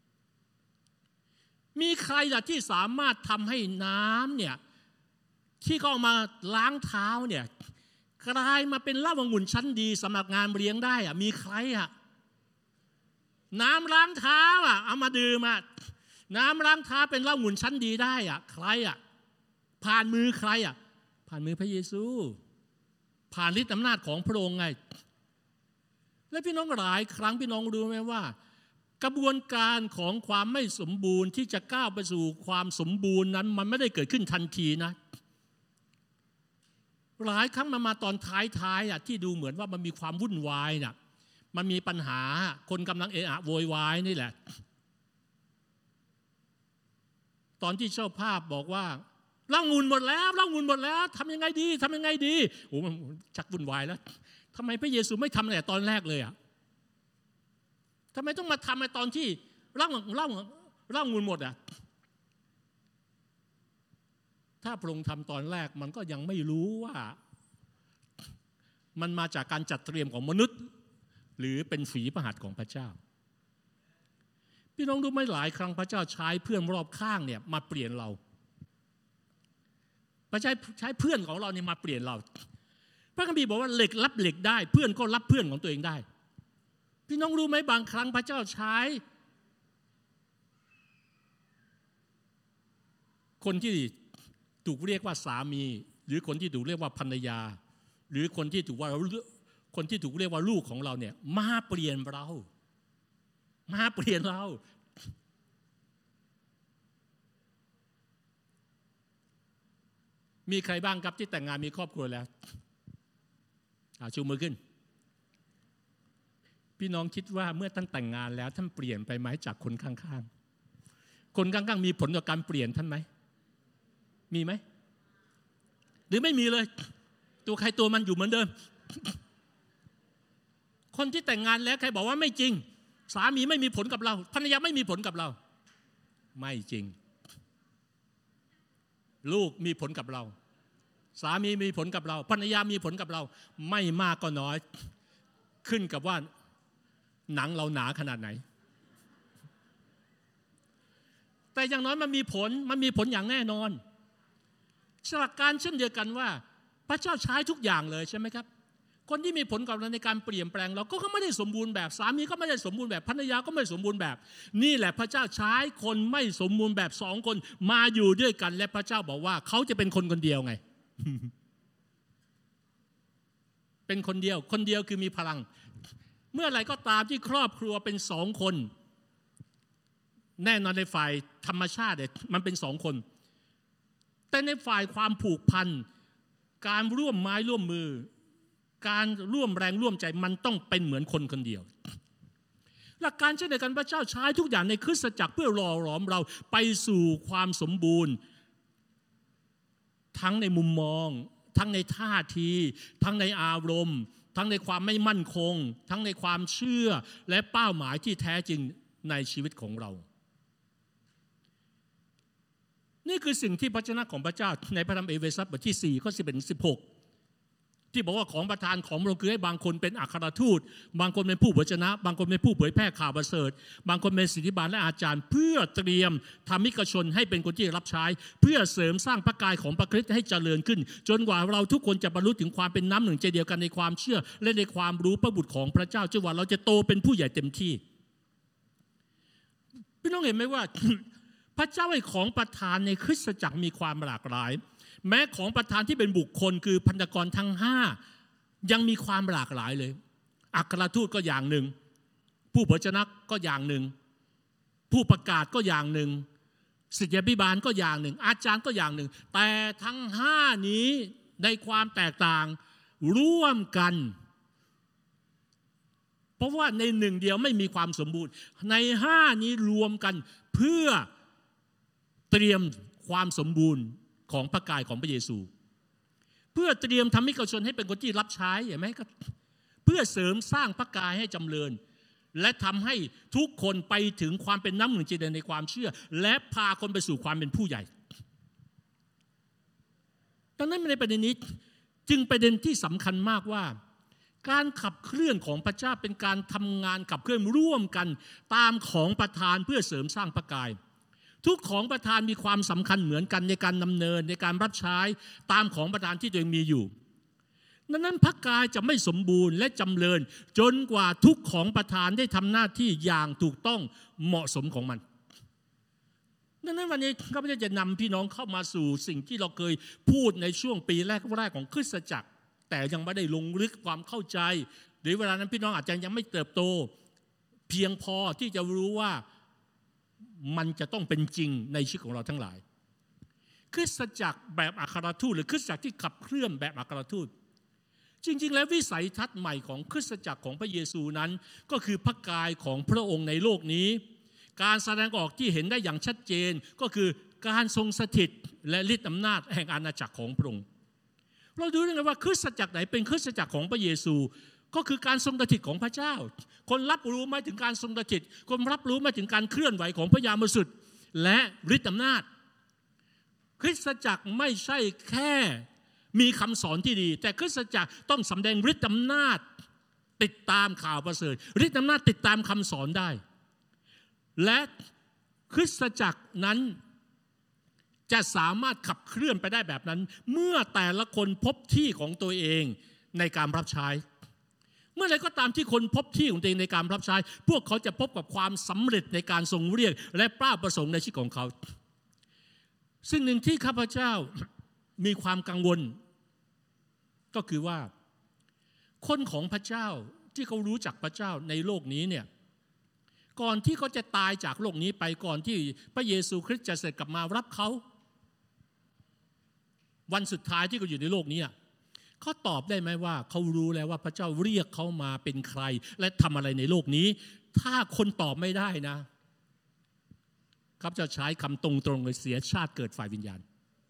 มีใครล่ะที่สามารถทำให้น้ำเนี่ยที่เขาเอามาล้างเท้าเนี่ยกลายมาเป็นเหล้าองุ่นชั้นดีสำหรับงานเลี้ยงได้อะมีใครอะน้ำล้างเท้าอะเอามาดื่มอะน้ำล้างเท้าเป็นเหล้าองุ่นชั้นดีได้อะใครอะผ่านมือใครอะผ่านมือพระเยซูผ่านฤทธิ์อำนาจของพระองค์ไงและพี่น้องหลายครั้งพี่น้องรู้ไหมว่ากระบวนการของความไม่สมบูรณ์ที่จะก้าวไปสู่ความสมบูรณ์นั้นมันไม่ได้เกิดขึ้นทันทีนะหลายครั้งมันมาตอนท้ายๆที่ดูเหมือนว่ามันมีความวุ่นวายน่ะมันมีปัญหาคนกำลังเอะอะโวยวายนี่แหละตอนที่เจ้าภาพบอกว่าเหล้างุ่นหมดแล้วเหล้างุ่นหมดแล้วทำยังไงดีทำยังไงดีโอ้มันชักวุ่นวายแล้วทำไมพระเยซูไม่ทำแต่ตอนแรกเลยอ่ะทำไมต้องมาทำในตอนที่เหล้างุ่นหมดอ่ะถ้าพระองค์ทำตอนแรกมันก็ยังไม่รู้ว่ามันมาจากการจัดเตรียมของมนุษย์หรือเป็นฝีพระหัตถ์ของพระเจ้าพี่น้องรู้ไหมหลายครั้งพระเจ้าใช้เพื่อนรอบข้างเนี่ยมาเปลี่ยนเราพระเจ้าใช้เพื่อนของเราเนี่ยมาเปลี่ยนเราพระคัมภีร์บอกว่าเหล็กรับเหล็กได้เพื่อนก็รับเพื่อนของตัวเองได้พี่น้องรู้ไหมบางครั้งพระเจ้าใช้คนที่ถูกเรียกว่าสามีหรือคนที่ถูกเรียกว่าภรรยาหรือคนที่ถูกเรียกว่าลูกของเราเนี่ยมาเปลี่ยนเรามีใครบ้างครับที่แต่งงานมีครอบครัวแล้วชูมือขึ้นพี่น้องคิดว่าเมื่อท่านแต่งงานแล้วท่านเปลี่ยนไปไหมจากคนข้างๆคนข้างๆมีผลต่อการเปลี่ยนท่านไหมมีไหมหรือไม่มีเลยตัวใครตัวมันอยู่เหมือนเดิมคนที่แต่งงานแล้วใครบอกว่าไม่จริงสามีไม่มีผลกับเราภรรยาไม่มีผลกับเราไม่จริงลูกมีผลกับเราสามีมีผลกับเราภรรยามีผลกับเราไม่มากก็น้อยขึ้นกับว่าหนังเราหนาขนาดไหนแต่อย่างน้อยมันมีผลอย่างแน่นอนหลักการเช่นเดียวกันว่าพระเจ้าใช้ทุกอย่างเลยใช่ไหมครับคนที่มีผลกับเราในการเปลี่ยนแปลงเราก็ไม่ได้สมบูรณ์แบบสามีก็ไม่ได้สมบูรณ์แบบภรรยาก็ไม่สมบูรณ์แบบนี่แหละพระเจ้าใช้คนไม่สมบูรณ์แบบ2 คนมาอยู่ด้วยกันและพระเจ้าบอกว่าเขาจะเป็นคนเดียวไง เป็นคนเดียวคือมีพลังเมื่อไหร่ก็ตามที่ครอบครัวเป็น2 คนแน่นอนในฝ่ายธรรมชาติมันเป็น2 คนแต่ในฝ่ายความผูกพันการร่วมไม้ร่วมมือการร่วมแรงร่วมใจมันต้องเป็นเหมือนคนเดียวหลักการเช่นเดียวกันพระเจ้าใช้ทุกอย่างในคริสตจักรเพื่อหล่อหลอมเราไปสู่ความสมบูรณ์ทั้งในมุมมองทั้งในท่าทีทั้งในอารมณ์ทั้งในความไม่มั่นคงทั้งในความเชื่อและเป้าหมายที่แท้จริงในชีวิตของเรานี่คือสิ่งที่พระเจ้าของพระเจ้าในพระธรรมเอเฟซัสบทที่4ข้อ11-16ที่บอกว่าของประทานของพระองค์คือให้บางคนเป็นอัครทูตบางคนเป็นผู้วจนะบางคนเป็นผู้เผยแพร่ข่าวประเสริฐบางคนเป็นศิษฐิบาลและอาจารย์เพื่อเตรียมธรรมิกชนให้เป็นคนที่รับใช้เพื่อเสริมสร้างพระกายของพระคริสต์ให้เจริญขึ้นจนกว่าเราทุกคนจะบรรลุถึงความเป็นน้ำหนึ่งใจเดียวกันในความเชื่อและในความรู้พระบุตรของพระเจ้าจนกว่าเราจะโตเป็นผู้ใหญ่เต็มที่พี่น้องเห็นไหมว่า พระเจ้าให้ของประทานในคริสตจักรมีความหลากหลายแม้ของประทานที่เป็นบุคคลคือพันธกรทั้ง5ยังมีความหลากหลายเลยอัครทูตก็อย่างหนึ่งผู้เผยชนะก็อย่างหนึ่งผู้ประกาศก็อย่างหนึ่งศิษยาภิบาลก็อย่างหนึ่งอาจารย์ก็อย่างหนึ่งแต่ทั้ง5นี้ในความแตกต่างร่วมกันเพราะว่าใน1เดียวไม่มีความสมบูรณ์ใน5นี้รวมกันเพื่อเตรียมความสมบูรณ์ของพระกายของพระเยซูเพื่อเตรียมธรรมิกชนให้เป็นคนที่รับใช้เห็นไหมครับเพื่อเสริมสร้างพระกายให้จำเริญและทำให้ทุกคนไปถึงความเป็นน้ำหนึ่งใจเดียวในความเชื่อและพาคนไปสู่ความเป็นผู้ใหญ่ดังนั้นในประเด็นนี้จึงประเด็นที่สำคัญมากว่าการขับเคลื่อนของพระเจ้าเป็นการทำงานขับเคลื่อนร่วมกันตามของประทานเพื่อเสริมสร้างพระกายทุกของประทานมีความสำคัญเหมือนกันในการดำเนินในการรับใช้ตามของประทานที่ตัวเองมีอยู่ดังนั้นพระกายจะไม่สมบูรณ์และจำเริญจนกว่าทุกของประทานได้ทำหน้าที่อย่างถูกต้องเหมาะสมของมันดังนั้นวันนี้ข้าพเจ้าจะนำพี่น้องเข้ามาสู่สิ่งที่เราเคยพูดในช่วงปีแรกของคริสตจักรแต่ยังไม่ได้ลงลึกความเข้าใจหรือเวลานั้นพี่น้องอาจจะยังไม่เติบโตเพียงพอที่จะรู้ว่ามันจะต้องเป็นจริงในชีวิตของเราทั้งหลายคริสตจักรแบบอัครทูตหรือคริสตจักรที่ขับเคลื่อนแบบอัครทูตจริงๆแล้ววิสัยทัศน์ใหม่ของคริสตจักรของพระเยซูนั้นก็คือพระกายของพระองค์ในโลกนี้การแสดงออกที่เห็นได้อย่างชัดเจนก็คือการทรงสถิตและฤทธิอำนาจแห่งอาณาจักรของพระองค์เราดูได้ไงว่าคริสตจักรไหนเป็นคริสตจักรของพระเยซูก็คือการทรงสถิตของพระเจ้าคนรับรู้มาถึงการทรงสถิตคนรับรู้มาถึงการเคลื่อนไหวของพระยามบริสุทธิ์และฤทธิอำนาจคริสตจักรไม่ใช่แค่มีคำสอนที่ดีแต่คริสตจักรต้องสำแดงฤทธิอำนาจติดตามข่าวประเสริฐฤทธิอำนาจติดตามคำสอนได้และคริสตจักรนั้นจะสามารถขับเคลื่อนไปได้แบบนั้นเมื่อแต่ละคนพบที่ของตัวเองในการรับใช้เมื่อไรก็ตามที่คนพบที่ของตัวเองในการรับใช้พวกเขาจะพบกับความสำเร็จในการทรงเรียกและเป้าประสงค์ในชีวิตของเขาสิ่งหนึ่งที่ข้าพเจ้ามีความกังวลก็คือว่าคนของพระเจ้าที่เขารู้จักพระเจ้าในโลกนี้เนี่ยก่อนที่เขาจะตายจากโลกนี้ไปก่อนที่พระเยซูคริสต์จะเสด็จกลับมารับเขาวันสุดท้ายที่เขาอยู่ในโลกนี้เขาตอบได้ไหมว่าเขารู้แล้วว่าพระเจ้าเรียกเขามาเป็นใครและทำอะไรในโลกนี้ถ้าคนตอบไม่ได้นะครับจะใช้คำตรงๆเลยเสียชาติเกิดฝ่ายวิญญาณ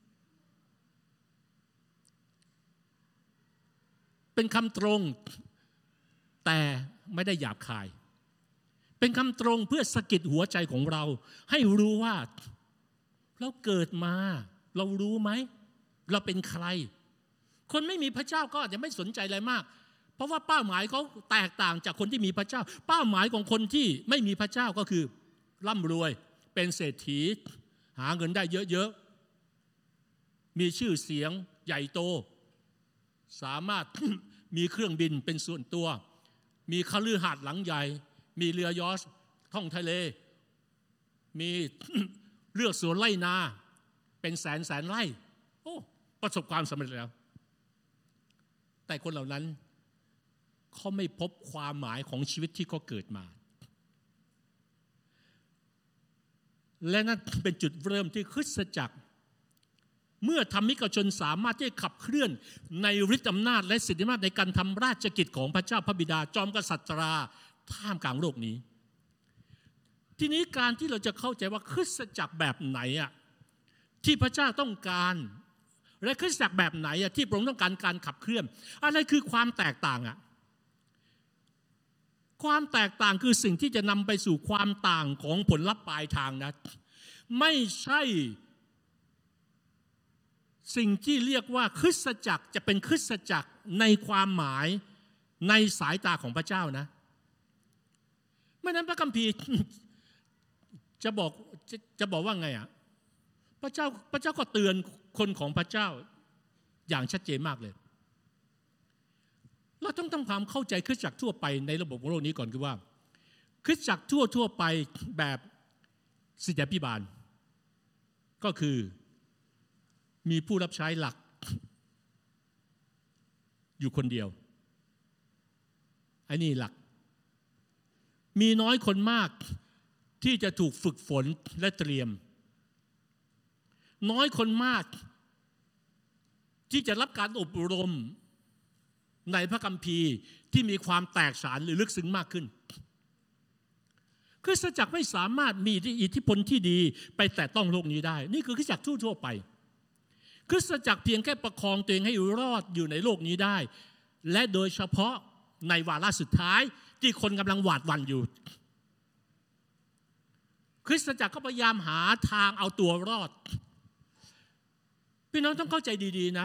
เป็นคำตรงแต่ไม่ได้หยาบคายเป็นคำตรงเพื่อสะกิดหัวใจของเราให้รู้ว่าเราเกิดมาเรารู้ไหมเราเป็นใครคนไม่มีพระเจ้าก็อาจจะไม่สนใจอะไรมากเพราะว่าเป้าหมายเขาแตกต่างจากคนที่มีพระเจ้าเป้าหมายของคนที่ไม่มีพระเจ้าก็คือร่ำรวยเป็นเศรษฐีหาเงินได้เยอะๆมีชื่อเสียงใหญ่โตสามารถ มีเครื่องบินเป็นส่วนตัวมีคฤหาสน์หลังใหญ่มีเรือยอชต์ท่องทะเลมี เลือกสวนไร่นาเป็นแสนไร่โอ้ประสบความสำเร็จแล้วแต่คนเหล่านั้นเขาไม่พบความหมายของชีวิตที่เขาเกิดมาและนั่นเป็นจุดเริ่มที่คริสตจักรเมื่อธรรมิกชนสามารถที่จะขับเคลื่อนในฤทธิอำนาจและสิทธิอำนาจในการทำราชกิจของพระเจ้าพระบิดาจอมกษัตริย์ท่ามกลางโลกนี้ทีนี้การที่เราจะเข้าใจว่าคริสตจักรแบบไหนที่พระเจ้าต้องการและคริสตจักรแบบไหนที่พระองค์ต้องการการขับเคลื่อนอะไรคือความแตกต่างความแตกต่างคือสิ่งที่จะนำไปสู่ความต่างของผลลัพธ์ปลายทางนะไม่ใช่สิ่งที่เรียกว่าคริสตจักรจะเป็นคริสตจักรในความหมายในสายตาของพระเจ้านะไม่นั้นพระคัมภีร์ จะบอกว่าไงพระเจ้าก็เตือนคนของพระเจ้าอย่างชัดเจนมากเลยเราต้องทำความเข้าใจคริสตจักรทั่วไปในระบบของโลกนี้ก่อนคือว่าคริสตจักรทั่วไปแบบศิษยาภิบาลก็คือมีผู้รับใช้หลักอยู่คนเดียวไอ้นี่หลักมีน้อยคนมากที่จะถูกฝึกฝนและเตรียมน้อยคนมากที่จะรับการอบรมในพระคัมภีร์ที่มีความแตกฉานหรือลึกซึ้งมากขึ้นคริสตจักรไม่สามารถมีอิทธิพลที่ดีไปแตะต้องโลกนี้ได้นี่คือคริสตจักรทั่วไปคริสตจักรเพียงแค่ประคองตัวเองให้รอดอยู่ในโลกนี้ได้และโดยเฉพาะในวาระสุดท้ายที่คนกำลังหวาดหวั่นอยู่คริสตจักรก็พยายามหาทางเอาตัวรอดพี่น้องต้องเข้าใจดีๆนะ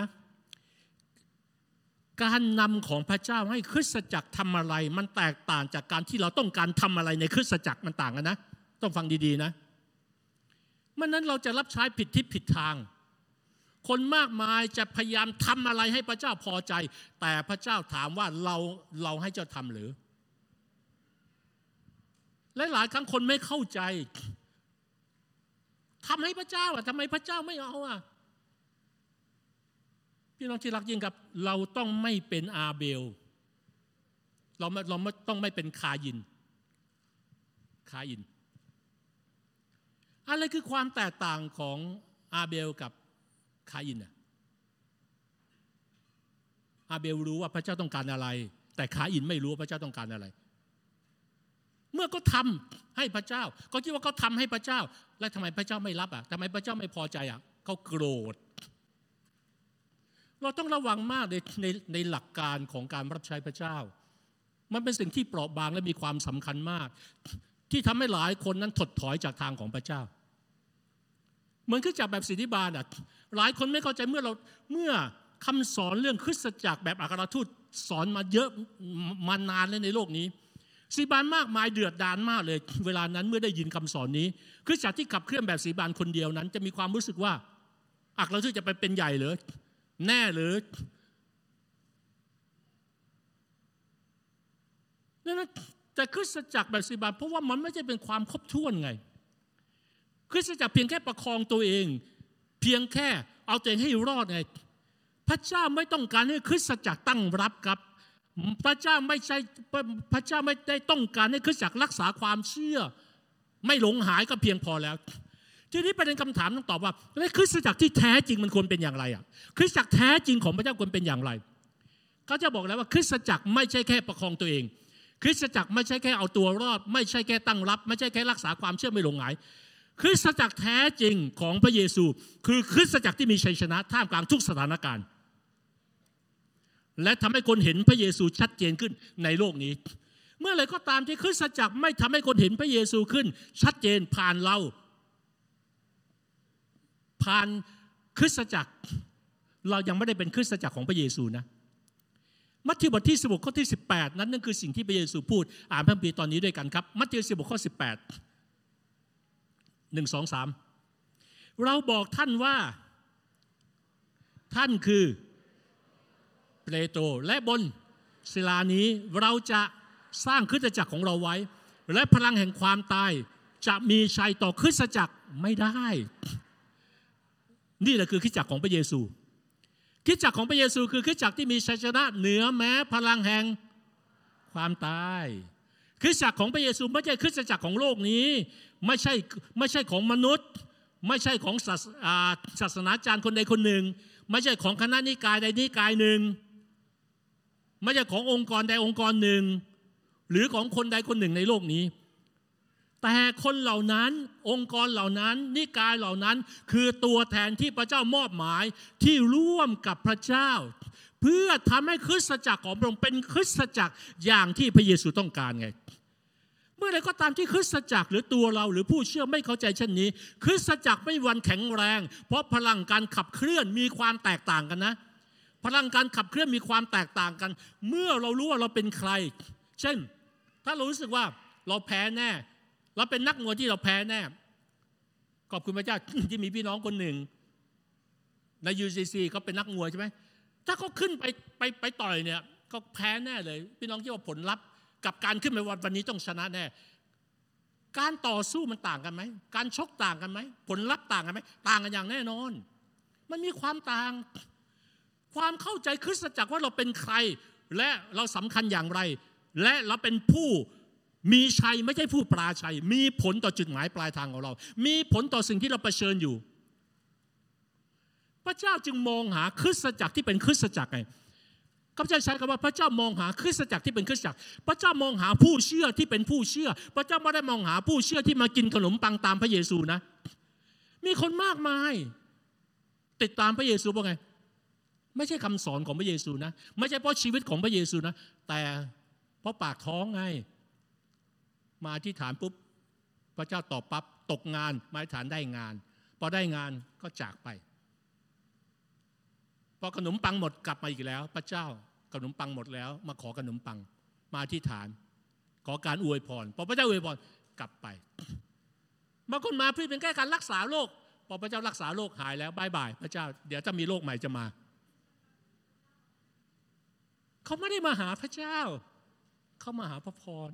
การนำของพระเจ้าให้คริสตจักรทำอะไรมันแตกต่างจากการที่เราต้องการทำอะไรในคริสตจักรมันต่างกันนะต้องฟังดีๆนะไม่นั้นเราจะรับใช้ผิดทิศผิดทางคนมากมายจะพยายามทำอะไรให้พระเจ้าพอใจแต่พระเจ้าถามว่าเราให้เจ้าทำหรือและหลายครั้งคนไม่เข้าใจทำให้พระเจ้าทำไมพระเจ้าไม่เอาพี่น้องที่รักยิ่งครับเราต้องไม่เป็นอาเบลเราไม่ต้องไม่เป็นคายินอะไรคือความแตกต่างของอาเบลกับคายินอาเบลรู้ว่าพระเจ้าต้องการอะไรแต่คายินไม่รู้ว่าพระเจ้าต้องการอะไรเมื่อก็ทำให้พระเจ้าก็คิดว่าเขาทำให้พระเจ้าแล้วทำไมพระเจ้าไม่รับทำไมพระเจ้าไม่พอใจเขาโกรธเราต้องระวังมากในหลักการของการรับใช้พระเจ้ามันเป็นสิ่งที่เปราะบางและมีความสำคัญมากที่ทำให้หลายคนนั้นถดถอยจากทางของพระเจ้าเหมือนคริสตจักรแบบศิษยาภิบาลหลายคนไม่เข้าใจเมื่อคำสอนเรื่องคริสตจักรแบบอัครทูตสอนมาเยอะมานานแล้วในโลกนี้ศิษยาภิบาลมากมายเดือดดาลมากเลยเวลานั้นเมื่อได้ยินคำสอนนี้คริสตจักรที่ขับเคลื่อนแบบศิษยาภิบาลคนเดียวนั้นจะมีความรู้สึกว่าอัครทูตจะไปเป็นใหญ่เหรอแน่หรือนั่นแต่คริสตจักรแบบศิษยาภิบาลเพราะว่ามันไม่ใช่เป็นความครบถ้วนไงคริสตจักรเพียงแค่ประคองตัวเองเพียงแค่เอาตัวเองให้รอดไงพระเจ้าไม่ต้องการให้คริสตจักรตั้งรับครับพระเจ้าไม่ได้ต้องการให้คริสตจักรรักษาความเชื่อไม่หลงหายก็เพียงพอแล้วทีนี้ประเด็นคำถามต้องตอบว่าแล้วคริสตจักรที่แท้จริงมันควรเป็นอย่างไรอ่ะคริสตจักรแท้จริงของพระเจ้าควรเป็นอย่างไรเขาจะบอกแล้วว่าคริสตจักรไม่ใช่แค่ประคองตัวเองคริสตจักรไม่ใช่แค่เอาตัวรอดไม่ใช่แค่ตั้งรับไม่ใช่แค่รักษาความเชื่อไม่หลงหายคริสตจักรแท้จริงของพระเยซูคือคริสตจักรที่มีชัยชนะท่ามกลางทุกสถานการณ์และทำให้คนเห็นพระเยซูชัดเจนขึ้นในโลกนี้เมื่อไรก็ตามที่คริสตจักรไม่ทำให้คนเห็นพระเยซูขึ้นชัดเจนผ่านเราผ่านคริสตจักรเรายังไม่ได้เป็นคริสตจักรของพระเยซูนะมัทธิวบทที่16ข้อที่18นั่นคือสิ่งที่พระเยซูพูดอ่านพระคัมภีร์ตอนนี้ด้วยกันครับมัทธิว16ข้อ18 1 2 3เราบอกท่านว่าท่านคือเปโตรและบนศิลานี้เราจะสร้างคริสตจักรของเราไว้และพลังแห่งความตายจะมีชัยต่อคริสตจักรไม่ได้นี่แหละคือคริสตจักรของพระเยซูคริสตจักรของพระเยซูคือคริสตจักรที่มีชัยชนะเหนือแม้พลังแห่งความตายคริสตจักรของพระเยซูไม่ใช่คริสตจักรของโลกนี้ไม่ใช่ของมนุษย์ไม่ใช่ของศาสนาจารย์คนใดคนหนึ่งไม่ใช่ของคณะนิกายใดนิกายหนึ่งไม่ใช่ขององค์กรใดองค์กรหนึ่งหรือของคนใดคนหนึ่งในโลกนี้แต่คนเหล่านั้นองค์กรเหล่านั้นนิกายเหล่านั้นคือตัวแทนที่พระเจ้ามอบหมายที่ร่วมกับพระเจ้าเพื่อทำให้คริสตจักรของพระองค์เป็นคริสตจักรอย่างที่พระเยซูต้องการไงเมื่อใดก็ตามที่คริสตจักรหรือตัวเราหรือผู้เชื่อไม่เข้าใจเช่นนี้คริสตจักรไม่มีวันแข็งแรงเพราะพลังการขับเคลื่อนมีความแตกต่างกันนะพลังการขับเคลื่อนมีความแตกต่างกันเมื่อเรารู้ว่าเราเป็นใครเช่นถ้าเรารู้สึกว่าเราแพ้แน่เราเป็นนักมวยที่เราแพ้แน่ขอบคุณพระเจ้า ที่มีพี่น้องคนหนึ่งใน UCC เขาเป็นนักมวยใช่ไหมถ้าเขาขึ้นไปต่อยเนี่ยเขาแพ้แน่เลยพี่น้องคิดว่าผลลัพธ์กับการขึ้นไปวันนี้ต้องชนะแน่การต่อสู้มันต่างกันไหมการชกต่างกันไหมผลลัพธ์ต่างกันไหมต่างกันอย่างแน่นอนมันมีความต่างความเข้าใจคริสตจักรว่าเราเป็นใครและเราสำคัญอย่างไรและเราเป็นผู้มีชัยไม่ใช่ผู้ปราชัยมีผลต่อจุดหมายปลายทางของเรามีผลต่อสิ่งที่เราเผชิญอยู่พระเจ้าจึงมองหาคริสตจักรที่เป็นคริสตจักรไงข้าพเจ้าใช้คำว่าพระเจ้ามองหาคริสตจักรที่เป็นคริสตจักรพระเจ้ามองหาผู้เชื่อที่เป็นผู้เชื่อพระเจ้าไม่ได้มองหาผู้เชื่อที่มากินขนมปังตามพระเยซูนะมีคนมากมายติดตามพระเยซูเพราะไงไม่ใช่คำสอนของพระเยซูนะไม่ใช่เพราะชีวิตของพระเยซูนะแต่เพราะปากท้องไงมาที่ฐานปุ๊บพระเจ้าตอบปั๊บตกงานมาที่ฐานได้งานพอได้งานก็จากไปพอขนมปังหมดกลับมาอีกแล้วพระเจ้าขนมปังหมดแล้วมาขอขนมปังมาที่ฐานขอการอวยพรพอพระเจ้าอวยพรกลับไปบางคนมาเพื่อเป็นแค่การรักษาโรคพอพระเจ้ารักษาโรคหายแล้วบายบายพระเจ้าเดี๋ยวจะมีโรคใหม่จะมาเขาไม่ได้มาหาพระเจ้าเขามาหาพระพร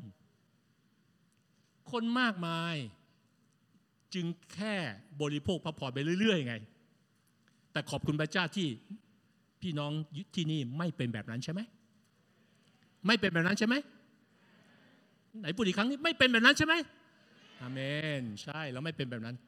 คนมากมายจึงแค่บริโภคพระพรไปเรื่อยๆไงแต่ขอบคุณพระเจ้าที่พี่น้องที่นี่ไม่เป็นแบบนั้นใช่ไหมไม่เป็นแบบนั้นใช่ไหมไหนพูดอีกครั้งนี้ไม่เป็นแบบนั้นใช่ไหมอาเมนใช่แล้วไม่เป็นแบบนั้น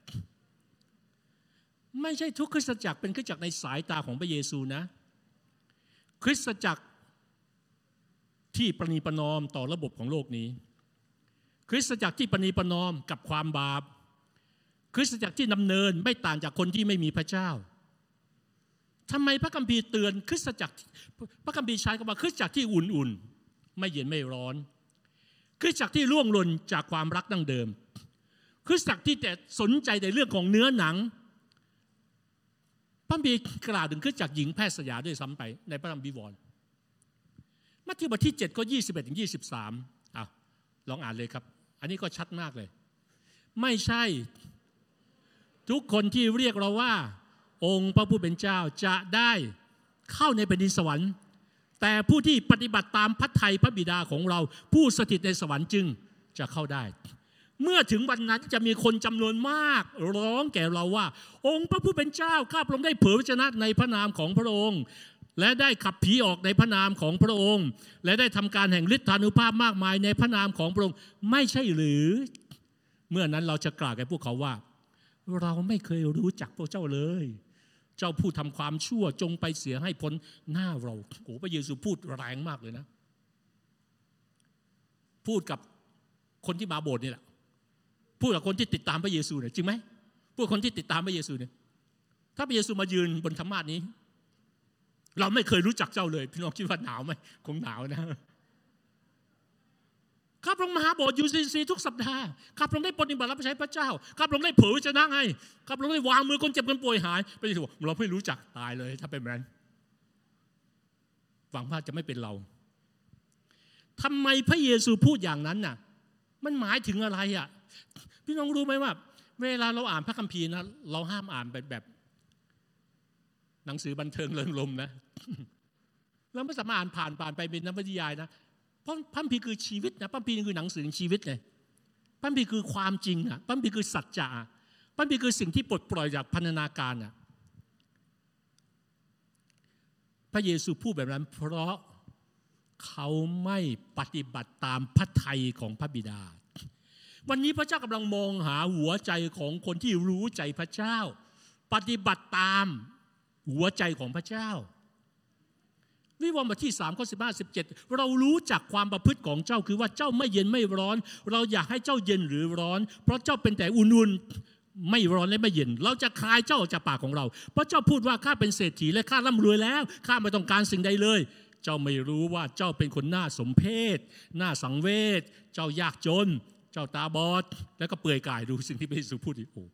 ไม่ใช่ทุกคริสตจักรเป็นคริสตจักรในสายตาของพระเยซูนะคริสตจักรที่ประนีประนอมต่อระบบของโลกนี้คริสตจักรที่ประนีประนอมกับความบาปคริสตจักรที่ดำเนินไม่ต่างจากคนที่ไม่มีพระเจ้าทำไมพระคัมภีร์เตือนคริสตจักรพระคัมภีร์ใช้คำว่าคริสตจักรที่อุ่นๆไม่เย็นไม่ร้อนคริสตจักรที่ร่วงหล่นจากความรักดั้งเดิมคริสตจักรที่แต่สนใจในเรื่องของเนื้อหนังพระคัมภีร์กล่าวถึงคริสตจักรหญิงแพทย์สยาด้วยซ้ำไปในพระธรรมวิวรณ์มัทธิวบทที่7ข้อ21ถึง23ลองอ่านเลยครับอันนี้ก็ชัดมากเลยไม่ใช่ทุกคนที่เรียกเราว่าองค์พระผู้เป็นเจ้าจะได้เข้าในแผ่นดินสวรรค์แต่ผู้ที่ปฏิบัติตามพระทัยพระบิดาของเราผู้สถิตในสวรรค์จึงจะเข้าได้เมื่อถึงวันนั้นจะมีคนจำนวนมากร้องแก่เราว่าองค์พระผู้เป็นเจ้าข้าพระองค์ได้เผยพระวจนะในพระนามของพระองค์และได้ขับผีออกในพระนามของพระองค์และได้ทำการแห่งฤทธานุภาพมากมายในพระนามของพระองค์ไม่ใช่หรือเมื่อนั้นเราจะกล่าวแก่พวกเขาว่าเราไม่เคยรู้จักพวกเจ้าเลยเจ้าผู้ทำความชั่วจงไปเสียให้พ้นหน้าเราโอ้พระเยซูพูดแรงมากเลยนะพูดกับคนที่มาโบสถ์นี่แหละพูดกับคนที่ติดตามพระเยซูเนี่ยจริงไหมพูดคนที่ติดตามพระเยซูเนี่ยถ้าพระเยซูมายืนบนธรรมาสนี้เราไม่เคยรู้จักเจ้าเลยพี่น้องคิดว่าหนาวไหมคงหนาวนะข้าพระองค์มาหาโบสถ์UCCทุกสัปดาห์ข้าพระองค์ได้ปฏิบัติรับใช้พระเจ้าข้าพระองค์ได้เผยพระชนะให้ข้าพระองค์ได้วางมือคนเจ็บคนป่วยหายพระเยซูบอกเราไม่รู้จักตายเลยถ้าเป็นแบบนั้นหวังว่าจะไม่เป็นเราทำไมพระเยซูพูดอย่างนั้นน่ะมันหมายถึงอะไรอ่ะพี่น้องรู้ไหมว่าเวลาเราอ่านพระคัมภีร์นะเราห้ามอ่านแบบหนังสือบันเทิงเริงรมย์นะเราไม่สามารถอ่านผ่านไปเป็นนวนิยายนะเพราะพระคัมภีร์คือชีวิตนะพระคัมภีร์คือหนังสือชีวิตเลยพระคัมภีร์คือความจริงอ่ะพระคัมภีร์คือสัจจะพระคัมภีร์คือสิ่งที่ปลดปล่อยจากพันธนาการอ่ะพระเยซูพูดแบบนั้นเพราะเขาไม่ปฏิบัติตามพระทัยของพระบิดาวันนี้พระเจ้ากำลังมองหาหัวใจของคนที่รู้ใจพระเจ้าปฏิบัติตามหัวใจของพระเจ้าวิวรณ์บทที่3ข้อ15-17เรารู้จักความประพฤติของเจ้าคือว่าเจ้าไม่เย็นไม่ร้อนเราอยากให้เจ้าเย็นหรือร้อนเพราะเจ้าเป็นแต่อุ่นๆไม่ร้อนและไม่เย็นเราจะคายเจ้าออกจากปากของเราเพราะเจ้าพูดว่าข้าเป็นเศรษฐีและข้าร่ำรวยแล้วข้าไม่ต้องการสิ่งใดเลยเจ้าไม่รู้ว่าเจ้าเป็นคนน่าสมเพชน่าสังเวชเจ้ายากจนเจ้าตาบอดแล้วก็เปื่อยกายดูสิ่งที่พระเยซูพูดอีกโอ้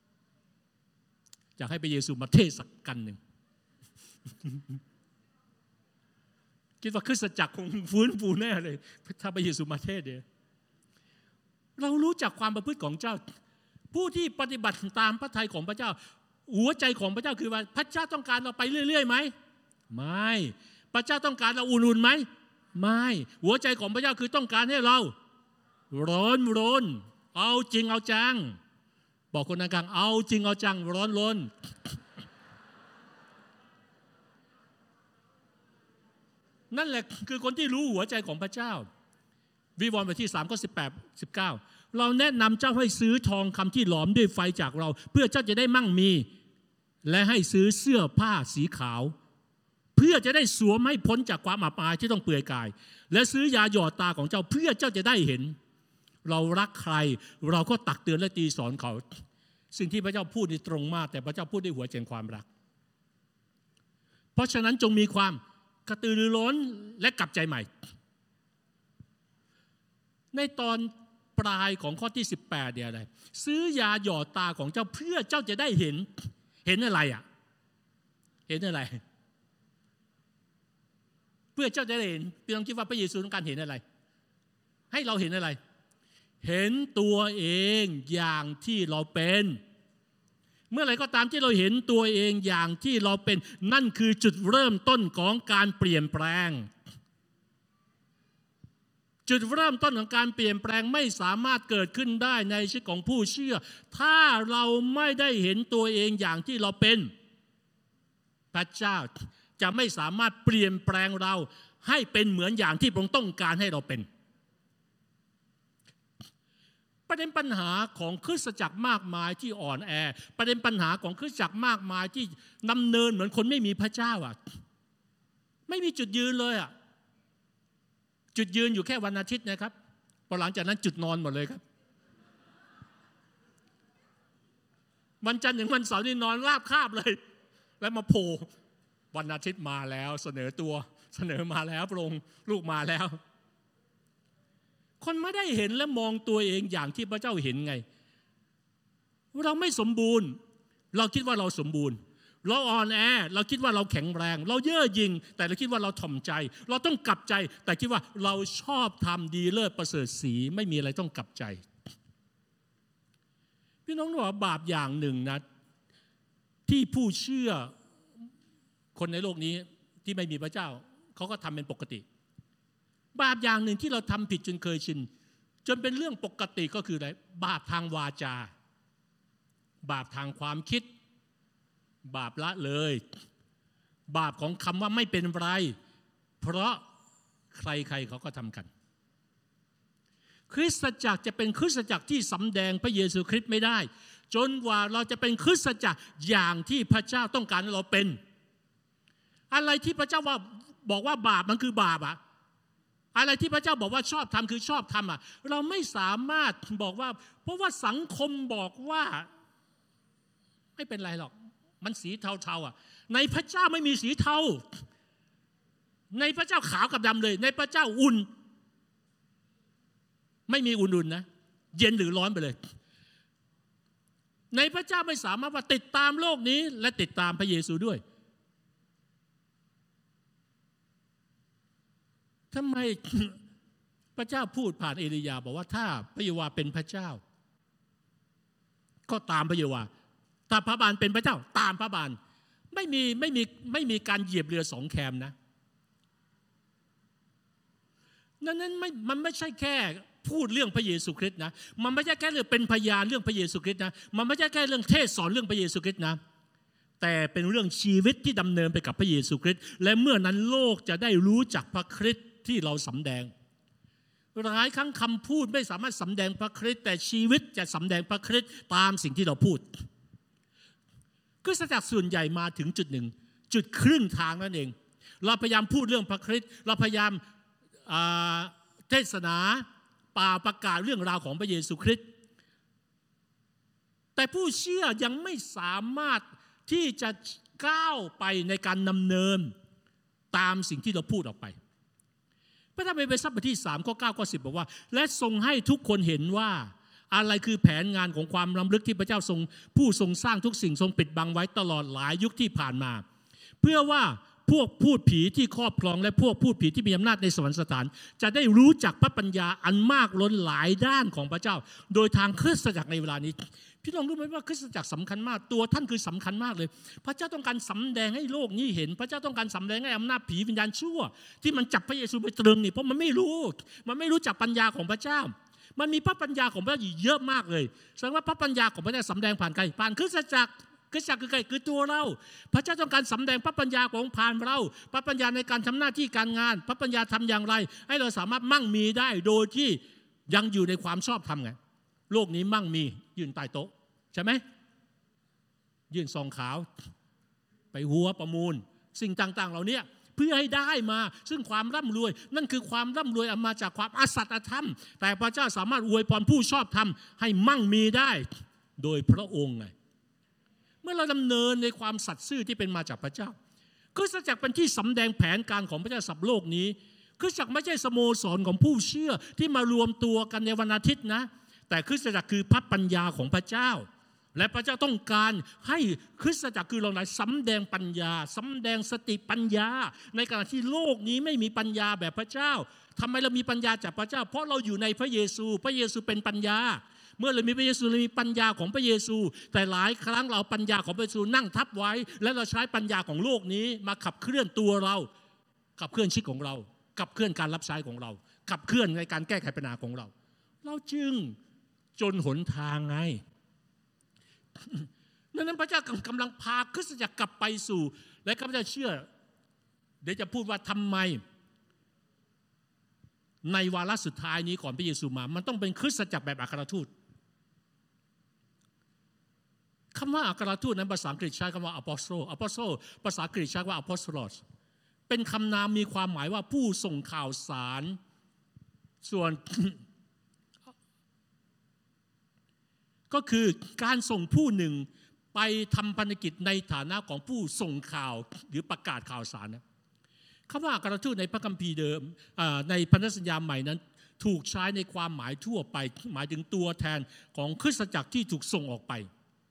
อยากให้พระเยซูมาเทศสักกันหนึ่งคิดว่าคริสตจักรคงฟื้นฟูแน่เลยถ้าพระเยซูมาเทศเนี่ยเรารู้จักความประพฤติของเจ้าผู้ที่ปฏิบัติตามพระทัยของพระเจ้าหัวใจของพระเจ้าคือว่าพระเจ้าต้องการเราไปเรื่อยๆไหมไม่พระเจ้าต้องการเราอุ่นๆไหมไม่หัวใจของพระเจ้าคือต้องการให้เราร้อนเอาจริงเอาจังบอกคนกลางเอาจริงเอาจังร้อนรนนั่นแหละคือคนที่รู้หัวใจของพระเจ้าวิวรณ์บทที่3ข้อ18-19เราแนะนำเจ้าให้ซื้อทองคำที่หลอมด้วยไฟจากเราเพื่อเจ้าจะได้มั่งมีและให้ซื้อเสื้อผ้าสีขาวเพื่อจะได้สวมให้พ้นจากความอับอายที่ต้องเปลือยกายและซื้อยาหยอดตาของเจ้าเพื่อเจ้าจะได้เห็นเรารักใครเราก็ตักเตือนและตีสอนเขาสิ่งที่พระเจ้าพูดนี่ตรงมากแต่พระเจ้าพูดด้วยหัวใจความรักเพราะฉะนั้นจงมีความกระตือรือร้นและกลับใจใหม่ในตอนปลายของข้อที่18เนี่ยอะไรซื้อยาหยอดตาของเจ้าเพื่อเจ้าจะได้เห็นอะไรอ่ะเห็นอะไรเพื่อเจ้าจะได้เห็นพี่ต้องคิดว่าพระเยซูต้องการเห็นอะไรให้เราเห็นอะไรเห็นตัวเองอย่างที่เราเป็นเมื่อไหร่ก็ตามที่เราเห็นตัวเองอย่างที่เราเป็นนั่นคือจุดเริ่มต้นของการเปลี่ยนแปลงจุดเริ่มต้นของการเปลี่ยนแปลงไม่สามารถเกิดขึ้นได้ในชีวิตของผู้เชื่อถ้าเราไม่ได้เห็นตัวเองอย่างที่เราเป็นพระเจ้าจะไม่สามารถเปลี่ยนแปลงเราให้เป็นเหมือนอย่างที่พระองค์ต้องการให้เราเป็นประเด็นปัญหาของคริสตจักรมากมายที่อ่อนแอประเด็นปัญหาของคริสตจักรมากมายที่ดำเนินเหมือนคนไม่มีพระเจ้าอ่ะไม่มีจุดยืนเลยอ่ะจุดยืนอยู่แค่วันอาทิตย์นะครับพอหลังจากนั้นจุดนอนหมดเลยครับวันจันทร์ถึงวันเสาร์นี่นอนราบคาบเลยแล้วมาโผล่วันอาทิตย์มาแล้วเสนอมาแล้วพระองค์ลูกมาแล้วคนไม่ได้เห็นและมองตัวเองอย่างที่พระเจ้าเห็นไงเราไม่สมบูรณ์เราคิดว่าเราสมบูรณ์เราอ่อนแอเราคิดว่าเราแข็งแรงเราเย่อหยิ่งแต่เราคิดว่าเราถ่อมใจเราต้องกลับใจแต่คิดว่าเราชอบทำดีเลิศประเสริฐศรีไม่มีอะไรต้องกลับใจพี่น้องว่าบาปอย่างหนึ่งนะที่ผู้เชื่อคนในโลกนี้ที่ไม่มีพระเจ้าเขาก็ทำเป็นปกติบาปอย่างหนึ่งที่เราทำผิดจนเคยชินจนเป็นเรื่องปกติก็คืออะไรบาปทางวาจาบาปทางความคิดบาปละเลยบาปของคำว่าไม่เป็นไรเพราะใครๆเขาก็ทำกันคริสตจักรจะเป็นคริสตจักรที่สำแดงพระเยซูคริสต์ไม่ได้จนกว่าเราจะเป็นคริสตจักรอย่างที่พระเจ้าต้องการให้เราเป็นอะไรที่พระเจ้าว่าบอกว่าบาปมันคือบาปอะอะไรที่พระเจ้าบอกว่าชอบทำคือชอบทำอะเราไม่สามารถบอกว่าเพราะว่าสังคมบอกว่าไม่เป็นไรหรอกมันสีเทาๆอะในพระเจ้าไม่มีสีเทาในพระเจ้าขาวกับดำเลยในพระเจ้าอุ่นไม่มีอุ่นๆนะเย็นหรือร้อนไปเลยในพระเจ้าไม่สามารถว่าติดตามโลกนี้และติดตามพระเยซูด้วยทำไมพระเจ้าพูดผ่านเอลียาบอกว่าถ้าพระเยโฮวาห์เป็นพระเจ้าก็ตามพระเยโฮวาห์ถ้าพระบาลเป็นพระเจ้าตามพระบาลไม่มีการเหยียบเรือสองแคมนะนั้นมันไม่ใช่แค่พูดเรื่องพระเยซูคริสต์นะมันไม่ใช่แค่เรื่องเป็นพยานเรื่องพระเยซูคริสต์นะมันไม่ใช่แค่เรื่องเทศสอนเรื่องพระเยซูคริสต์นะแต่เป็นเรื่องชีวิตที่ดำเนินไปกับพระเยซูคริสต์และเมื่อนั้นโลกจะได้รู้จักพระคริสต์ที่เราสำแดงหลายครั้งคำพูดไม่สามารถสำแดงพระคริสต์แต่ชีวิตจะสำแดงพระคริสต์ตามสิ่งที่เราพูดคริสตจักรส่วนใหญ่มาถึงจุดหนึ่งจุดครึ่งทางนั่นเองเราพยายามพูดเรื่องพระคริสต์เราพยายามเทศนาประกาศเรื่องราวของพระเยซูคริสต์แต่ผู้เชื่อยังไม่สามารถที่จะก้าวไปในการดำเนินตามสิ่งที่เราพูดออกไปพระธรรมเอเฟซัสบทที่3ข้อ9ข้อ10บอกว่าและทรงให้ทุกคนเห็นว่าอะไรคือแผนงานของความล้ำลึกที่พระเจ้าทรงผู้ทรงสร้างทุกสิ่งทรงปิดบังไว้ตลอดหลายยุคที่ผ่านมาเพื่อว่าพวกพูดผีที่ครอบครองและพวกพูดผีที่มีอำนาจในสวรรคสถานจะได้รู้จักพระปัญญาอันมากล้นหลายด้านของพระเจ้าโดยทางคริสตจักรในเวลานี้พี่น้องรู้ไหมว่าคริสตจักรสำคัญมากตัวท่านคือสำคัญมากเลยพระเจ้าต้องการสำแดงให้โลกนี้เห็นพระเจ้าต้องการสำแดงให้อำนาจผีวิญญาณชั่วที่มันจับพระเยซูไปตรึงนี่เพราะมันไม่รู้จักปัญญาของพระเจ้ามันมีพระปัญญาของพระเจ้าเยอะมากเลยแสดงว่าพระปัญญาของพระเจ้าสำแดงผ่านใครผ่านคริสตจักรคือใครคือตัวเราพระเจ้าต้องการสำแดงพระปัญญาของผ่านเราพระปัญญาในการทำหน้าที่การงานพระปัญญาทำอย่างไรให้เราสามารถมั่งมีได้โดยที่ยังอยู่ในความชอบธรรมไงโลกนี้มั่งมียืนใต้โต๊ะใช่ไหมยื่นซองขาวไปหัวประมูลสิ่งต่างๆเหล่านี้เพื่อให้ได้มาซึ่งความร่ำรวยนั่นคือความร่ำรวยมาจากความอสัตย์ธรรมแต่พระเจ้าสามารถอวยพรผู้ชอบธรรมให้มั่งมีได้โดยพระองค์ไงเมื่อเราดำเนินในความสัตย์ซื่อที่เป็นมาจากพระเจ้าคริสตจักรเป็นที่สำแดงแผนการของพระเจ้าสับโลกนี้คริสตจักรไม่ใช่สโมสรของผู้เชื่อที่มารวมตัวกันในวันอาทิตย์นะแต่คริสตจักรคือพระปัญญาของพระเจ้าและพระเจ้าต้องการให้คริสตจักรคือเราสำแดงปัญญาสำแดงสติปัญญาในขณะที่โลกนี้ไม่มีปัญญาแบบพระเจ้าทำไมเรามีปัญญาจากพระเจ้าเพราะเราอยู่ในพระเยซูพระเยซูเป็นปัญญาเมื่อเรามีพระเยซูเรามีปัญญาของพระเยซูแต่หลายครั้งเราปัญญาของพระเยซูนั่งทับไว้และเราใช้ปัญญาของโลกนี้มาขับเคลื่อนตัวเราขับเคลื่อนชีวิตของเราขับเคลื่อนการรับใช้ของเราขับเคลื่อนในการแก้ไขปัญหาของเราเราจึงจนหนทางไงดังนั้นพระเจ้ากำลังพาคริสตจักรกลับไปสู่และข้าพเจ้าเชื่อเดี๋ยวจะพูดว่าทำไมในวาระสุดท้ายนี้ก่อนพระเยซูมามันต้องเป็นคริสตจักรแบบอัครทูตคำว่าอัครทูตนั้นภาษาอังกฤษใช้คำว่า apostle ภาษากรีกใช้ว่า apostolos เป็นคำนามมีความหมายว่าผู้ส่งข่าวสารส่วน ก็คือการส่งผู้หนึ่งไปทำภารกิจในฐานะของผู้ส่งข่าวหรือประกาศข่าวสารนะคำว่าอัครทูตในพระคัมภีร์เดิมในพันธสัญญาใหม่นั้นถูกใช้ในความหมายทั่วไปหมายถึงตัวแทนของคริสตจักรที่ถูกส่งออกไป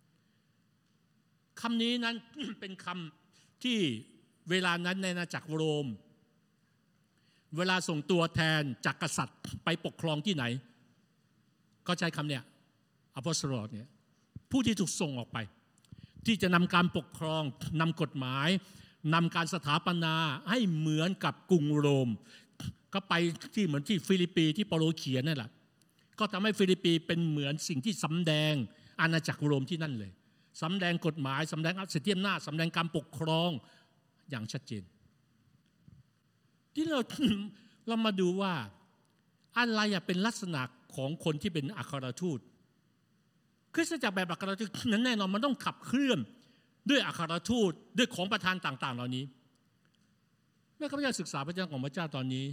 คำนี้นั้น เป็นคำที่เวลานั้นในอาณาจักรโรมเวลาส่งตัวแทนจากกษัตริย์ไปปกครองที่ไหนก็ใช้คำเนี้ยอะโพสโตลเนี่ยผู้ที่ถูกส่งออกไปที่จะนำการปกครองนำกฎหมายนำการสถาปนาให้เหมือนกับกรุงโรมก็ไปที่เหมือนที่ฟิลิปปีที่เปาโลเขียนนั่นแหละก็ทำให้ฟิลิปปีเป็นเหมือนสิ่งที่สำแดงอาณาจักรโรมที่นั่นเลยสำแดงกฎหมายสำแดงสิทธิอำนาจสำแดงการปกครองอย่างชัดเจนที่เรามาดูว่าอะไรเป็นลักษณะของคนที่เป็นอัครทูตคริสตจักรแบบอัครทูตนั้นแน่นอนมันต้องขับเคลื่อนด้วยอัครทูตด้วยของประทานต่างๆเหล่านี้เมื่อข้าพเจ้าศึกษาพระเจ้าของพระเจ้าตอนนี้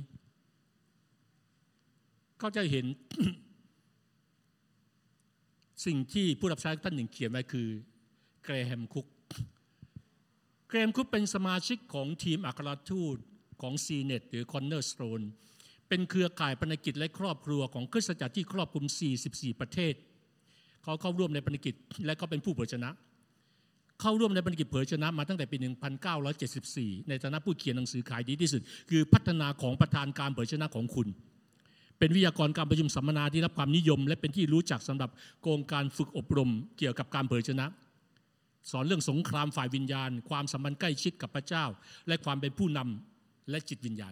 เขาจะเห็น สิ่งที่ผู้รับใช้ท่านหนึ่งเขียนไว้คือเกรแฮมคุกเป็นสมาชิกของทีมอัครทูตของซีเนตหรือคอนเนอร์สโตนเป็นเครือข่ายพันธกิจและครอบครัวของคริสตจักรที่ครอบคลุม44ประเทศเขาเข้าร่วมในพันธกิจและก็เป็นผู้เผยชนะเข้าร่วมในพันธกิจเผยชนะมาตั้งแต่ปี 1974 ในฐานะผู้เขียนหนังสือขายดีที่สุดคือพัฒนาของประธานการเผยชนะของคุณเป็นวิทยากรการประชุมสัมมนาที่รับความนิยมและเป็นที่รู้จักสำหรับโครงการฝึกอบรมเกี่ยวกับการเผยชนะสอนเรื่องสงครามฝ่ายวิญญาณความสัมพันธ์ใกล้ชิดกับพระเจ้าและความเป็นผู้นำและจิตวิญญาณ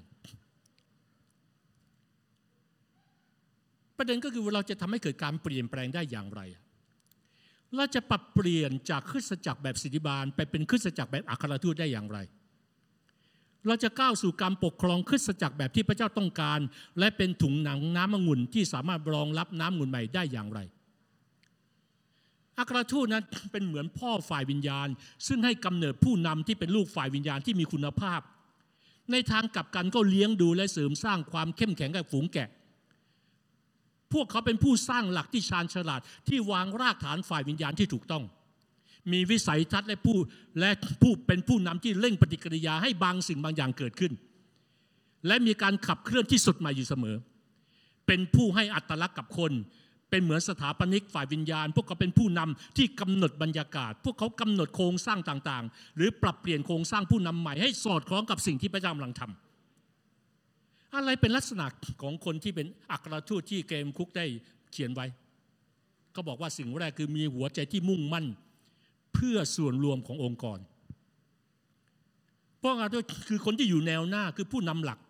ประเด็นก็คือว่าเราจะทำให้เกิดการเปลี่ยนแปลงได้อย่างไรเราจะปรับเปลี่ยนจากคริสตจักรแบบสิทธิบาลไปเป็นคริสตจักรแบบอัครทูตได้อย่างไรเราจะก้าวสู่การปกครองคริสตจักรแบบที่พระเจ้าต้องการและเป็นถุงหนังน้ำองุ่นที่สามารถรองรับน้ำองุ่นใหม่ได้อย่างไรอัครทูตนั้นเป็นเหมือนพ่อฝ่ายวิญญาณซึ่งให้กำเนิดผู้นำที่เป็นลูกฝ่ายวิญญาณที่มีคุณภาพในทางกลับกันก็เลี้ยงดูและเสริมสร้างความเข้มแข็งกับฝูงแกะพวกเขาเป็นผู้สร้างหลักที่ชาญฉลาดที่วางรากฐานฝ่ายวิญญาณที่ถูกต้องมีวิสัยทัศน์และผู้เป็นผู้นำที่เร่งปฏิกิริยาให้บางสิ่งบางอย่างเกิดขึ้นและมีการขับเคลื่อนที่สดใหม่อยู่เสมอเป็นผู้ให้อัตลักษณ์กับคนเป็นเหมือนสถาปนิกฝ่ายวิญญาณพวกเขาเป็นผู้นำที่กำหนดบรรยากาศพวกเขากำหนดโครงสร้างต่างๆหรือปรับเปลี่ยนโครงสร้างผู้นำใหม่ให้สอดคล้องกับสิ่งที่พระเจ้ากำลังทำอะไรเป็นลักษณะของคนที่เป็นอัครทูตที่เกรแฮมคุกได้เขียนไว้เขาบอกว่าสิ่งแรกคือมีหัวใจที่มุ่งมั่นเพื่อส่วนรวมขององค์กรพวกเราคือคนที่อยู่แนวหน้าคือผู้นำหลัก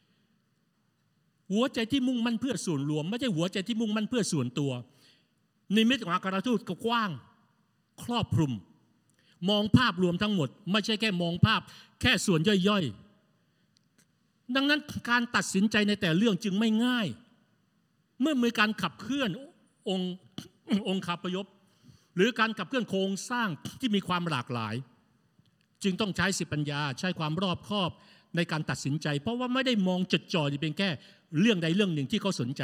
หัวใจที่มุ่งมั่นเพื่อส่วนรวมไม่ใช่หัวใจที่มุ่งมั่นเพื่อส่วนตัวนิมิตของอัครทูตก็กว้างครอบคลุมมองภาพรวมทั้งหมดไม่ใช่แค่มองภาพแค่ส่วนย่อยๆดังนั้นการตัดสินใจในแต่เรื่องจึงไม่ง่ายเมื่อมีการขับเคลื่อนองค์คาพยพหรือการขับเคลื่อนโครงสร้างที่มีความหลากหลายจึงต้องใช้สติปัญญาใช้ความรอบคอบในการตัดสินใจเพราะว่าไม่ได้มองจดจ่อเพียงแค่เรื่องใดเรื่องหนึ่งที่เขาสนใจ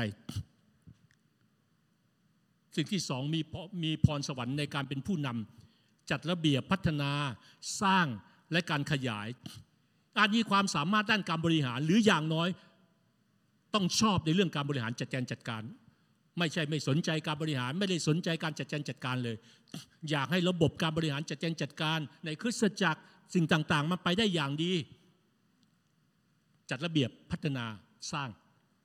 สิ่งที่สองมีพรสวรรค์ในการเป็นผู้นำจัดระเบียบพัฒนาสร้างและการขยายอาจมีความสามารถด้านการบริหารหรืออย่างน้อยต้องชอบในเรื่องการบริหารจัดการไม่ใช่ไม่สนใจการบริหารไม่ได้สนใจการจัดการเลยอยากให้ระบบการบริหารจัดการในคริสตจักรสิ่งต่างๆมันไปได้อย่างดีจัดระเบียบพัฒนาสร้าง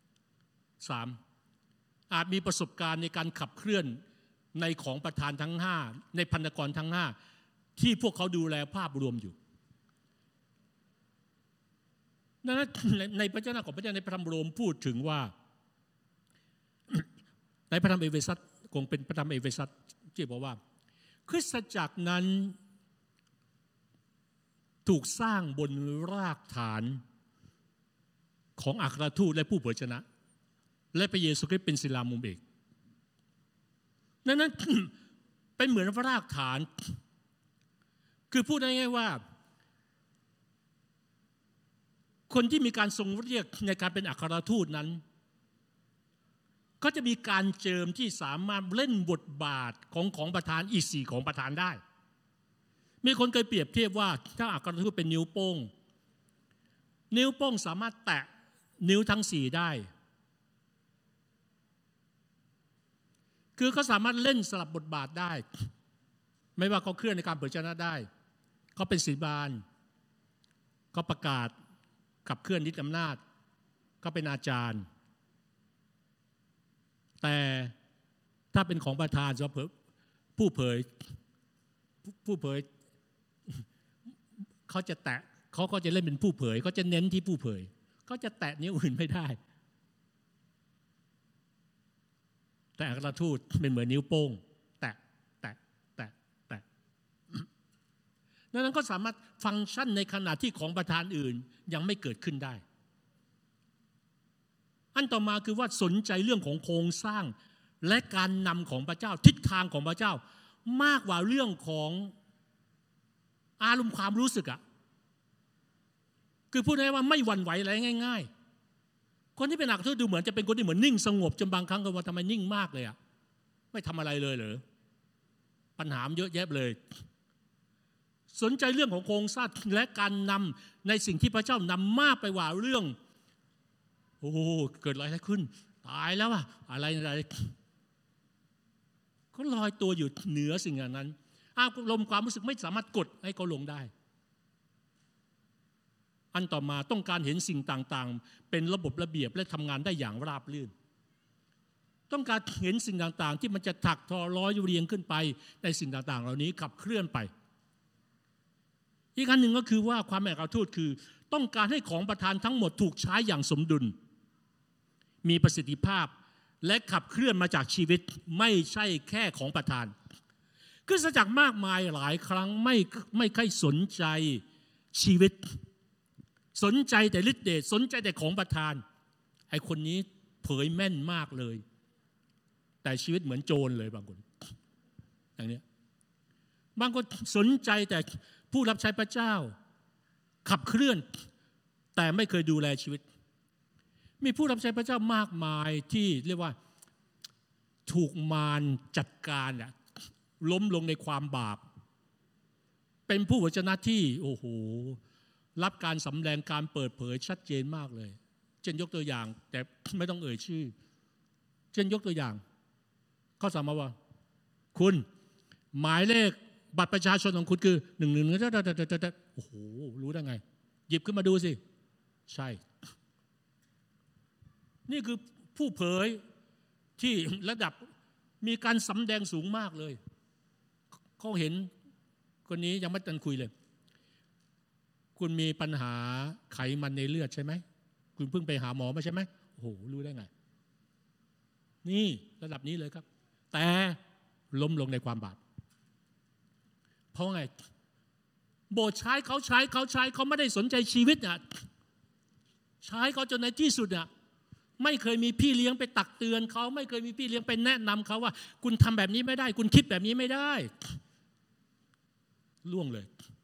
3. อาจมีประสบการณ์ในการขับเคลื่อนในของประธานทั้ง5ในพันธกรทั้ง5ที่พวกเขาดูแลภาพรวมอยู่ดังนั้นในพระเจ้าของพระเจ้าในพระธรรมโรมพูดถึงว่าในพระธรรมเอเฟซัสคงเป็นพระธรรมเอเฟซัสที่บอกว่าคริสตจักรนั้นถูกสร้างบนรากฐานของอัครทูตและผู้เผยชนะและพระเยซูคริสต์เป็นศิลามุมเอกดังนั้น เป็นเหมือนรากฐานคือพูดง่ายๆว่าคนที่มีการทรงเรียกในการเป็นอัครทูตนั้นก็จะมีการเจิมที่สามารถเล่นบทบาทของประธานอีก4ของประธานได้มีคนเคยเปรียบเทียบว่าถ้าอัครทูตเป็นนิ้วโป้งสามารถแตะนิ้วทั้ง4ได้คือเขาสามารถเล่นสลับบทบาทได้ไม่ว่าเขาเคลื่อนในการเผยชนะได้เขาเป็นศิษย์บาลเขาประกาศขับเคลื่อนฤทธิอำนาจเขาเป็นอาจารย์แต่ถ้าเป็นของประธานสำหรับผู้เผยเขาจะแตะเขาก็จะเล่นเป็นผู้เผยเขาจะเน้นที่ผู้เผยเขาจะแตะนิ้วอื่นไม่ได้แต่อัครทูตเป็นเหมือนนิ้วโป้งแตะดังนั้นก็สามารถฟังก์ชันในขณะที่ของประทานอื่นยังไม่เกิดขึ้นได้อันต่อมาคือว่าสนใจเรื่องของโครงสร้างและการนำของพระเจ้าทิศทางของพระเจ้ามากกว่าเรื่องของอารมณ์ความรู้สึกอะคือพูดง่ายว่าไม่หวั่นไหวอะไรง่ายๆคนที่เป็นนักทูตดูเหมือนจะเป็นคนที่เหมือนนิ่งสงบจนบางครั้งก็ว่าทำไมนิ่งมากเลยอะไม่ทำอะไรเลยเหรอปัญหาเยอะแยะเลยสนใจเรื่องของโครงสร้างและการนำในสิ่งที่พระเจ้านำมากไปกว่าเรื่องโอ้เกิดอะไรขึ้นตายแล้วอะอะไรเขาลอยตัวอยู่เหนือสิ่งนั้นอารมณ์ความรู้สึกไม่สามารถกดให้เขาลงได้อันต่อมาต้องการเห็นสิ่งต่างๆเป็นระบบระเบียบและทำงานได้อย่างราบรื่นต้องการเห็นสิ่งต่างๆที่มันจะถักทอร้อยเรียงขึ้นไปในสิ่งต่างๆเหล่านี้ขับเคลื่อนไปอีกอันหนึ่งก็คือว่าความหมายของทูตคือต้องการให้ของประทานทั้งหมดถูกใช้อย่างสมดุลมีประสิทธิภาพและขับเคลื่อนมาจากชีวิตไม่ใช่แค่ของประทานคริสตจักรมากมายหลายครั้งไม่ค่อยสนใจชีวิตสนใจแต่ฤทธิ์เดชสนใจแต่ของประทานไอ้คนนี้เผยแม่นมากเลยแต่ชีวิตเหมือนโจรเลยบางคนอย่างนี้บางคนสนใจแต่ผู้รับใช้พระเจ้าขับเคลื่อนแต่ไม่เคยดูแลชีวิตมีผู้รับใช้พระเจ้ามากมายที่เรียกว่าถูกมารจัดการล้มลงในความบาปเป็นผู้วจนะที่โอ้โหรับการสำแดงการเปิดเผยชัดเจนมากเลยเช่นยกตัวอย่างแต่ไม่ต้องเอ่ยชื่อเช่นยกตัวอย่างเขาสั่งมาว่าคุณหมายเลขบัตรประชาชนของคุณคือ111โอ้โหรู้ได้ไงหยิบขึ้นมาดูสิใช่นี่คือผู้เผยที่ระดับมีการสำแดงสูงมากเลยเขาเห็นคนนี้ยังไม่ทันคุยเลยคุณมีปัญหาไขมันในเลือดใช่ไหมคุณเพิ่งไปหาหมอมาใช่ไหมโอ้โหรู้ได้ไงนี่ระดับนี้เลยครับแต่ล้มลงในความบาปเพราะไงโบสถ์ใช้เขาไม่ได้สนใจชีวิตอ่ะใช้เขาจนในที่สุดอ่ะไม่เคยมีพี่เลี้ยงไปตักเตือนเขาไม่เคยมีพี่เลี้ยงไปแนะนำเขาว่าคุณทำแบบนี้ไม่ได้คุณคิดแบบนี้ไม่ได้ล่วงเลย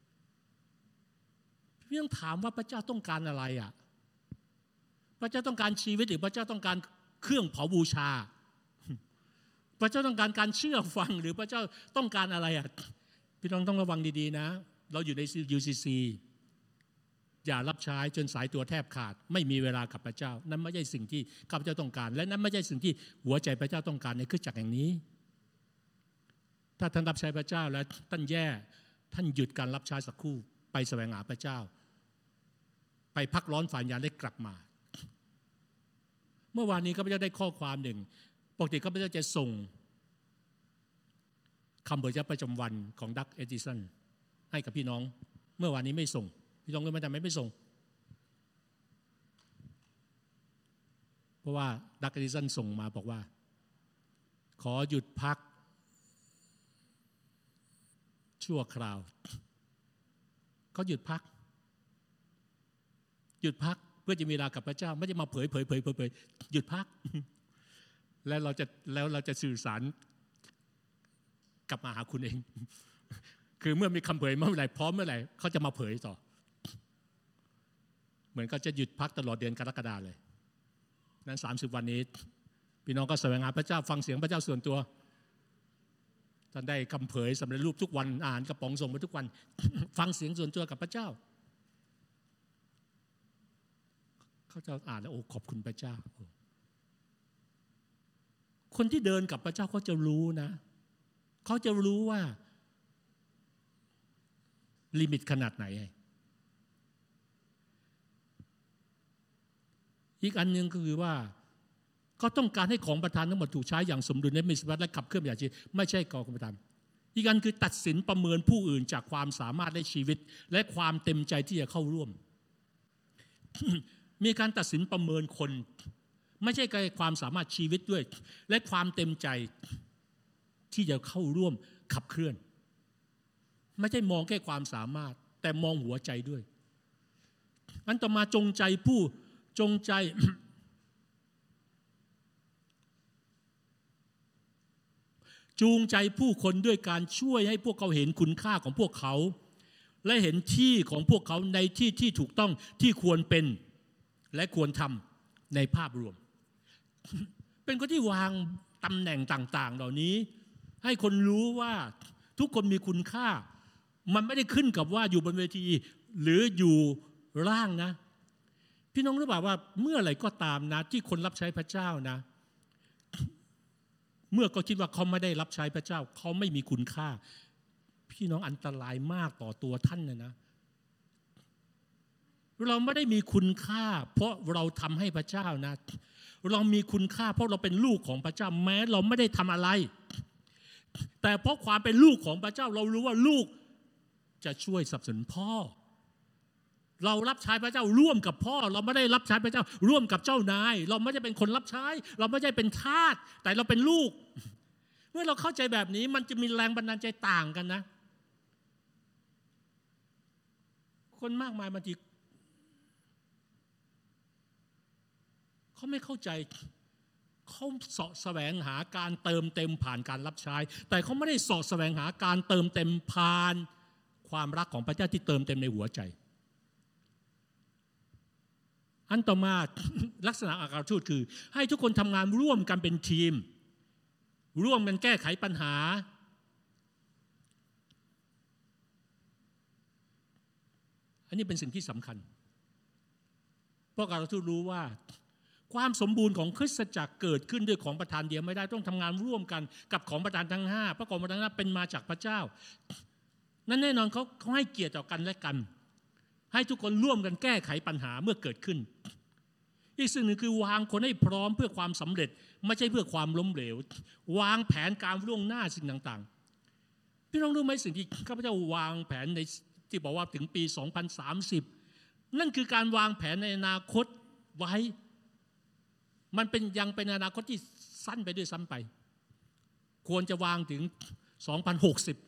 พี่ต้องถามว่าพระเจ้าต้องการอะไรอ่ะพระเจ้าต้องการชีวิตหรือพระเจ้าต้องการเครื่องเผาบูชาพระเจ้าต้องการการเชื่อฟังหรือพระเจ้าต้องการอะไรอ่ะพี่น้องต้องระวังดีๆนะเราอยู่ใน UCC อย่ารับใช้จนสายตัวแทบขาดไม่มีเวลากับพระเจ้านั่นไม่ใช่สิ่งที่ข้าพเจ้าต้องการและนั่นไม่ใช่สิ่งที่หัวใจพระเจ้าต้องการในคริสตจักรแห่งนี้ถ้าท่านรับใช้พระเจ้าแล้วท่านแย่ท่านหยุดการรับใช้สักครู่ไปแสวงหาพระเจ้าไปพักร้อนฝ่ายญาณได้กลับมาเมื่อวานนี้ข้าพเจ้าได้ข้อความหนึ่งปกติข้าพเจ้าจะส่งคำเผยพระประจำวันของดักเอดิสันให้กับพี่น้องเมื่อวานนี้ไม่ส่งพี่น้องรู้ไหมทำไมไม่ส่งเพราะว่าดักเอดิสันส่งมาบอกว่าขอหยุดพักชั่วคราวเขาหยุดพักเพื่อจะมีเวลากับพระเจ้าไม่จะมาเผยหยุดพักแล้วเราจะสื่อสารกลับมาหาคุณเองคือเมื่อมีคำเผยเมื่อไหร่พร้อมเมื่อไหร่เขาจะมาเผยต่อเหมือนก็จะหยุดพักตลอดเดือนกรกฎาคมเลยนั้น30วันนี้พี่น้องก็แสวงหาพระเจ้าฟังเสียงพระเจ้าส่วนตัวท่านได้คำเผยสำเร็จรูปทุกวันอ่านกระป๋องส่งไปทุกวันฟังเสียงส่วนตัวกับพระเจ้าเขาจะอ่านแล้วโอ้ขอบคุณพระเจ้าคนที่เดินกับพระเจ้าเขาจะรู้นะเขาจะรู้ว่าลิมิตขนาดไหนอีกอันหนึ่งก็คือว่าเขาต้องการให้ของประทานทั้งหมดถูกใช้อย่างสมดุลและมีสมรรถและขับเคลื่อนอย่างจริงไม่ใช่ของประทานอีกอันคือตัดสินประเมินผู้อื่นจากความสามารถและชีวิตและความเต็มใจที่จะเข้าร่วม มีการตัดสินประเมินคนไม่ใช่แค่ความสามารถชีวิตด้วยและความเต็มใจที่จะเข้าร่วมขับเคลื่อนไม่ใช่มองแค่ความสามารถแต่มองหัวใจด้วยอันต่อมาจงใจจูงใจผู้คนด้วยการช่วยให้พวกเขาเห็นคุณค่าของพวกเขาและเห็นที่ของพวกเขาในที่ที่ถูกต้องที่ควรเป็นและควรทำในภาพรวมเป็นคนที่วางตำแหน่งต่างๆเหล่านี้ให้คนรู้ว่าทุกคนมีคุณค่ามันไม่ได้ขึ้นกับว่าอยู่บนเวทีหรืออยู่ล่างนะพี่น้องรู้เปล่าว่าเมื่อไหร่ก็ตามนะที่คนรับใช้พระเจ้านะเมื่อเขาคิดว่าเขาไม่ได้รับใช้พระเจ้าเขาไม่มีคุณค่าพี่น้องอันตรายมากต่อตัวท่านนะเราไม่ได้มีคุณค่าเพราะเราทำให้พระเจ้านะเรามีคุณค่าเพราะเราเป็นลูกของพระเจ้าแม้เราไม่ได้ทำอะไรแต่เพราะความเป็นลูกของพระเจ้าเรารู้ว่าลูกจะช่วยสนับสนุนพ่อเรารับใช้พระเจ้าร่วมกับพ่อเราไม่ได้รับใช้พระเจ้าร่วมกับเจ้านายเราไม่ได้เป็นคนรับใช้เราไม่ได้เป็นทาสแต่เราเป็นลูกเมื่อเราเข้าใจแบบนี้มันจะมีแรงบันดาลใจต่างกันนะคนมากมายบางทีเขาไม่เข้าใจเขาเสาะแสวงหาการเติมเต็มผ่านการรับใช้แต่เขาไม่ได้เสาะแสวงหาการเติมเต็มผ่านความรักของพระเจ้าที่เติมเต็มในหัวใจอันต่อมาลักษณะอัครทูตคือให้ทุกคนทำงานร่วมกันเป็นทีมร่วมกันแก้ไขปัญหาอันนี้เป็นสิ่งที่สำคัญเพราะอัครทูตรู้ว่าความสมบูรณ์ของคริสตจักรเกิดขึ้นด้วยของประทานเดียวไม่ได้ต้องทำงานร่วมกันกับของประทานทั้ง5เพราะของประทานเป็นมาจากพระเจ้านั่นแน่นอนเขาให้เกียรติต่อกันและกันให้ทุกคนร่วมกันแก้ไขปัญหาเมื่อเกิดขึ้นอีกสิ่งหนึ่งคือวางคนให้พร้อมเพื่อความสำเร็จไม่ใช่เพื่อความล้มเหลววางแผนการล่วงหน้าสิ่งต่างๆพี่น้องรู้ไหมสิ่งที่ข้าพเจ้าวางแผนในที่บอกว่าถึงปี2030นั่นคือการวางแผนในอนาคตไว้มันยังเป็นอนาคตที่สั้นไปด้วยซ้ำไปควรจะวางถึง2060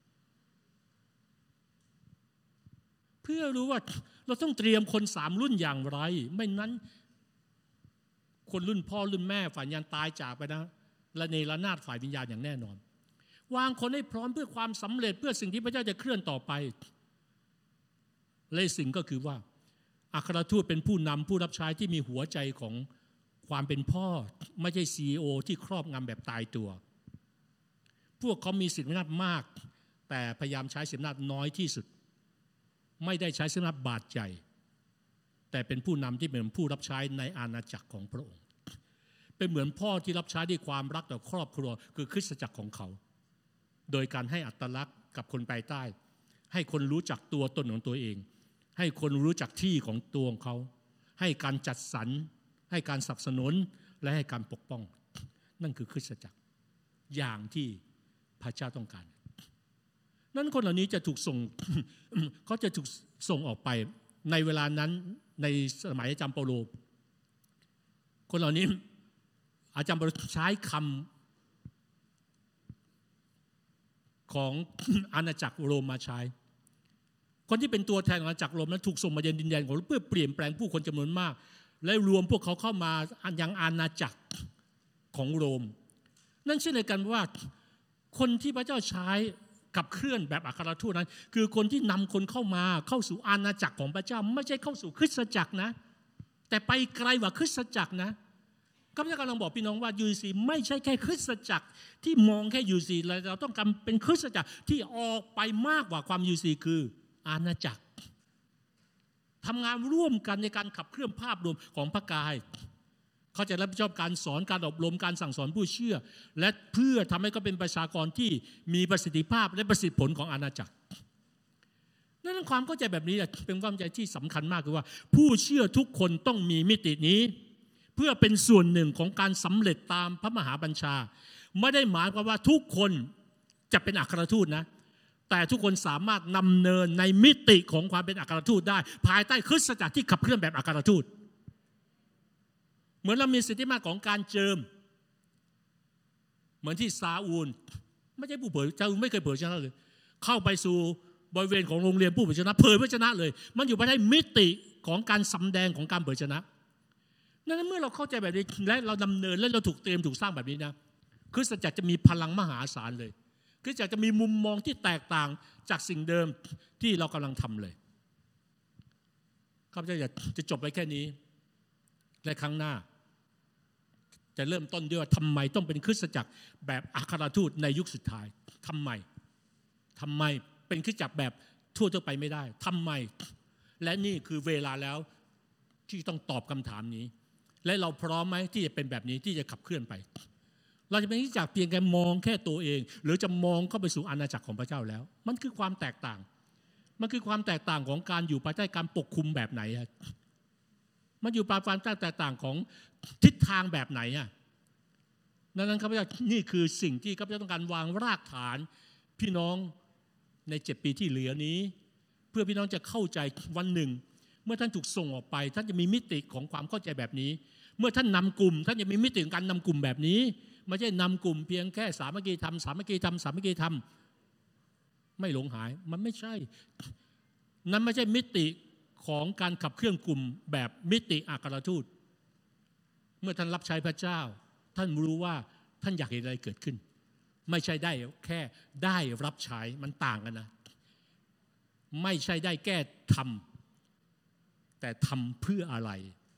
เพื่อรู้ว่าเราต้องเตรียมคน3รุ่นอย่างไรไม่นั้นคนรุ่นพ่อรุ่นแม่ฝ่ายวิญญาณตายจากไปนะและเนรนาถฝ่ายวิญญาณอย่างแน่นอนวางคนให้พร้อมเพื่อความสำเร็จเพื่อสิ่งที่พระเจ้าจะเคลื่อนต่อไปและสิ่งก็คือว่าอัครทูตเป็นผู้นำผู้รับใช้ที่มีหัวใจของความเป็นพ่อไม่ใช่ CEO ที่ครอบงำแบบตายตัวพวกเขามีสิทธิอำนาจมากแต่พยายามใช้สิทธิอำนาจน้อยที่สุดไม่ได้ใช้สิทธิอำนาจบาดใจแต่เป็นผู้นำที่เป็นผู้รับใช้ในอาณาจักรของพระองค์เป็นเหมือนพ่อที่รับใช้ด้วยความรักต่อครอบครัวคือคริสตจักรของเขาโดยการให้อัตลักษณ์กับคนภายใต้ให้คนรู้จักตัวตนของตัวเองให้คนรู้จักที่ของตัวของเขาให้การจัดสรรให้การสนับสนุนและให้การปกป้องนั่นคือคริสตจักรอย่างที่พระเจ้าต้องการนั้นคนเหล่านี้จะถูกส่ง เขาจะถูกส่งออกไปในเวลานั้นในสมัยอาจารย์เปาโลคนเหล่านี้อาจารย์เปาโลใช้คำของ อาณาจักรโรมมาใช้คนที่เป็นตัวแทนของอาณาจักรโรมนั้นถูกส่งมายังดินแดนของเพื่อเปลี่ยนแปลงผู้คนจำนวนมากและรวมพวกเขาเข้ามายังอาณาจักรของโรมนั่นเช่นเดียวกันว่าคนที่พระเจ้าใช้ขับเคลื่อนแบบอัครทูตนั้นคือคนที่นำคนเข้าสู่อาณาจักรของพระเจ้าไม่ใช่เข้าสู่คริสตจักรนะแต่ไปไกลกว่าคริสตจักรนะข้าพเจ้ากำลังบอกพี่น้องว่า UC ไม่ใช่แค่คริสตจักรที่มองแค่ UC เราต้องการเป็นคริสตจักรที่ออกไปมากกว่าความ UC คืออาณาจักรทำงานร่วมกันในการขับเคลื่อนภาพรวมของพระกายเขาจะรับผิดชอบการสอนการอบรมการสั่งสอนผู้เชื่อและเพื่อทำให้เขาเป็นประชากรที่มีประสิทธิภาพและประสิทธิผลของอาณาจักรนั่นความเข้าใจแบบนี้เป็นความเข้าใจที่สำคัญมากคือว่าผู้เชื่อทุกคนต้องมีมิตินี้เพื่อเป็นส่วนหนึ่งของการสำเร็จตามพระมหาบัญชาไม่ได้หมายความว่าทุกคนจะเป็นอัครทูตนะแต่ทุกคนสามารถนำเนินในมิติของความเป็นอัครทูตได้ภายใต้คริสตจักรที่ขับเคลื่อนแบบอัครทูตเหมือนเรามีสิทธิมากของการเจิมเหมือนที่ซาอูลไม่ใช่ผู้เผยซาอูลไม่เคยเผยชนะเลยเข้าไปสู่บริเวณของโรงเรียนผู้เผยชนะเผยพระชนะเลยมันอยู่ภายใต้มิติของการสำแดงของการเผยชนะนั้นเมื่อเราเข้าใจแบบนี้และเราดำเนินและเราถูกเตรียมถูกสร้างแบบนี้นะคริสตจักรจะมีพลังมหาศาลเลยคริสตจักรจะมีมุมมองที่แตกต่างจากสิ่งเดิมที่เรากำลังทำเลยข้าพเจ้าจะจบไปแค่นี้และครั้งหน้าจะเริ่มต้นด้วยว่าทำไมต้องเป็นคริสตจักรแบบอัครทูตในยุคสุดท้ายทำไมเป็นคริสตจักรแบบทั่วไปไม่ได้ทำไมและนี่คือเวลาแล้วที่ต้องตอบคำถามนี้และเราพร้อมไหมที่จะเป็นแบบนี้ที่จะขับเคลื่อนไปเราจะเป็นคริสตจักรเพียงแค่มองแค่ตัวเองหรือจะมองเข้าไปสู่อาณาจักรของพระเจ้าแล้วมันคือความแตกต่างมันคือความแตกต่างของการอยู่ภายใต้การปกคุมแบบไหนมันอยู่ภายใต้ความแตกต่างของทิศทางแบบไหนดังนั้นข้าพเจ้านี่คือสิ่งที่ข้าพเจ้าต้องการวางรากฐานพี่น้องใน7 ปีที่เหลือนี้เพื่อพี่น้องจะเข้าใจวันหนึ่งเมื่อท่านถูกส่งออกไปท่านจะมีมิติของความเข้าใจแบบนี้เมื่อท่านนำกลุ่มท่านจะมีมิติของการนำกลุ่มแบบนี้ไม่ใช่นำกลุ่มเพียงแค่สามัคคีธรรมไม่หลงหายมันไม่ใช่นั้นไม่ใช่มิติของการขับเคลื่อนกลุ่มแบบมิติอัครทูตเมื่อท่านรับใช้พระเจ้าท่านรู้ว่าท่านอยากเห็นอะไรเกิดขึ้นไม่ใช่ได้แค่ได้รับใช้มันต่างกันนะไม่ใช่ได้แก้ทำแต่ทำเพื่ออะไร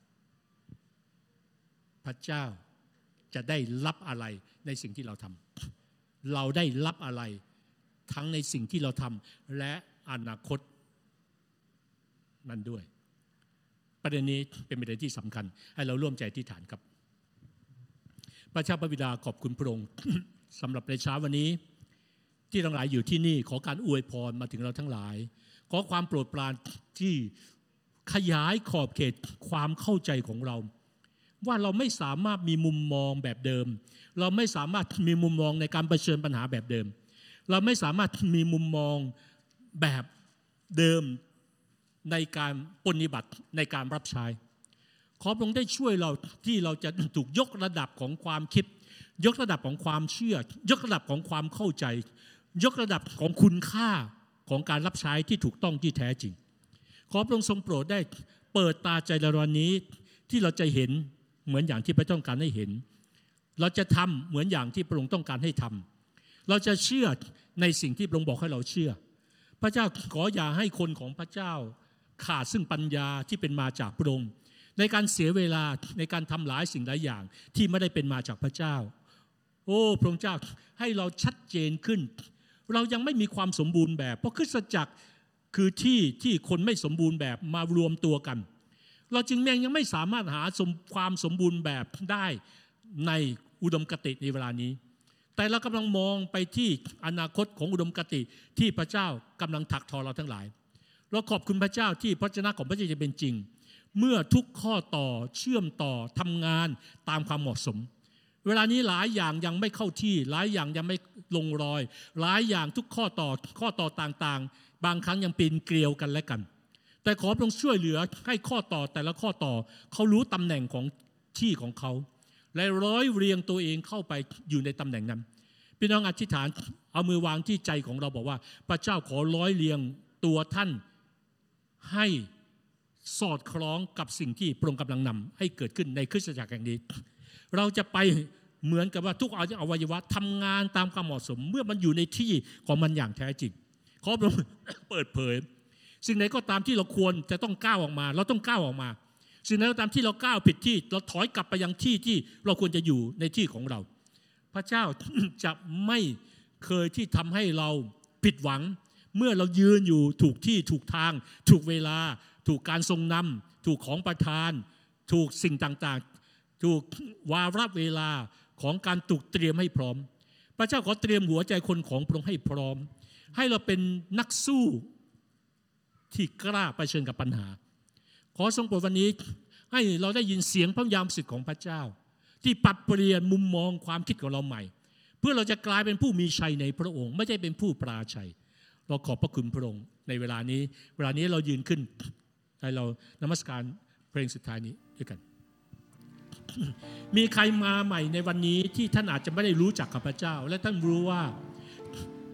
พระเจ้าจะได้รับอะไรในสิ่งที่เราทำเราได้รับอะไรทั้งในสิ่งที่เราทำและอนาคตนั้นด้วยประเด็นนี้เป็นประเด็นที่สำคัญให้เราร่วมใจอธิษฐานครับพระเจ้าพระบิดาขอบคุณพระองค์ สำหรับในเช้าวันนี้ที่ทั้งหลายอยู่ที่นี่ขอการอวยพรมาถึงเราทั้งหลายขอความโปรดปรานที่ขยายขอบเขตความเข้าใจของเราว่าเราไม่สามารถมีมุมมองแบบเดิมเราไม่สามารถมีมุมมองในการเผชิญปัญหาแบบเดิมเราไม่สามารถมีมุมมองแบบเดิมในการปฏิบัติในการรับใช้ขอพระองค์ได้ช่วยเราที่เราจะถูกยกระดับของความคิดยกระดับของความเชื่อยกระดับของความเข้าใจยกระดับของคุณค่าของการรับใช้ที่ถูกต้องที่แท้จริงขอพระองค์ทรงโปรดได้เปิดตาใจในวันนี้ที่เราจะเห็นเหมือนอย่างที่พระเจ้าต้องการให้เห็นเราจะทำเหมือนอย่างที่พระองค์ต้องการให้ทำเราจะเชื่อในสิ่งที่พระองค์บอกให้เราเชื่อพระเจ้าขออย่าให้คนของพระเจ้าขาดซึ่งปัญญาที่เป็นมาจากพระองค์ในการเสียเวลาในการทำหลายสิ่งหลายอย่างที่ไม่ได้เป็นมาจากพระเจ้าโอ้พระองค์เจ้าให้เราชัดเจนขึ้นเรายังไม่มีความสมบูรณ์แบบเพราะคริสตจักรคือที่คนไม่สมบูรณ์แบบมารวมตัวกันเราจึงยังไม่สามารถหาความสมบูรณ์แบบได้ในอุดมคติในเวลานี้แต่เรากำลังมองไปที่อนาคตของอุดมคติที่พระเจ้ากำลังถักทอเราทั้งหลายเราขอบคุณพระเจ้าที่พระวจนะของพระเจ้าจะเป็นจริงเมื่อทุกข้อต่อเชื่อมต่อทำงานตามความเหมาะสมเวลานี้หลายอย่างยังไม่เข้าที่หลายอย่างยังไม่ลงรอยหลายอย่างทุกข้อต่อต่างๆบางครั้งยังปีนเกลียวกันและกันแต่ขอพระองค์ช่วยเหลือให้ข้อต่อแต่ละข้อต่อเขารู้ตำแหน่งของที่ของเขาและร้อยเรียงตัวเองเข้าไปอยู่ในตำแหน่งนั้นพี่น้องอธิษฐานเอามือวางที่ใจของเราบอกว่าพระเจ้าขอร้อยเรียงตัวท่านให้สอดคล้องกับสิ่งที่พระองค์กำลังนำให้เกิดขึ้นในคริสตจักรแห่งนี้เราจะไปเหมือนกับว่าทุกอวัยวะทำงานตามความเหมาะสมเมื่อมันอยู่ในที่ของมันอย่างแท้จริงขอพระองค์เปิดเผยสิ่งไหนก็ตามที่เราควรจะต้องก้าวออกมาเราต้องก้าวออกมาสิ่งไหนก็ตามที่เราก้าวผิดที่เราถอยกลับไปยังที่ที่เราควรจะอยู่ในที่ของเราพระเจ้า จะไม่เคยที่ทำให้เราผิดหวังเมื่อเรายืนอยู่ถูกที่ถูกทางถูกเวลาถูกการทรงนำถูกของประทานถูกสิ่งต่างๆถูกวาระเวลาของการถูกเตรียมให้พร้อมพระเจ้าขอเตรียมหัวใจคนของพระองค์ให้พร้อมให้เราเป็นนักสู้ที่กล้าเผชิญกับปัญหาขอทรงโปรดวันนี้ให้เราได้ยินเสียงพระยามสิทธิ์ของพระเจ้าที่ปรับเปลี่ยนมุมมองความคิดของเราใหม่เพื่อเราจะกลายเป็นผู้มีชัยในพระองค์ไม่ใช่เป็นผู้ปราชัยเราขอบพระคุณพระองค์ในเวลานี้เรายืนขึ้นให้เรานมัสการเพลงสุดท้ายนี้ด้วยกัน มีใครมาใหม่ในวันนี้ที่ท่านอาจจะไม่ได้รู้จักกับพระเจ้าและท่านรู้ว่า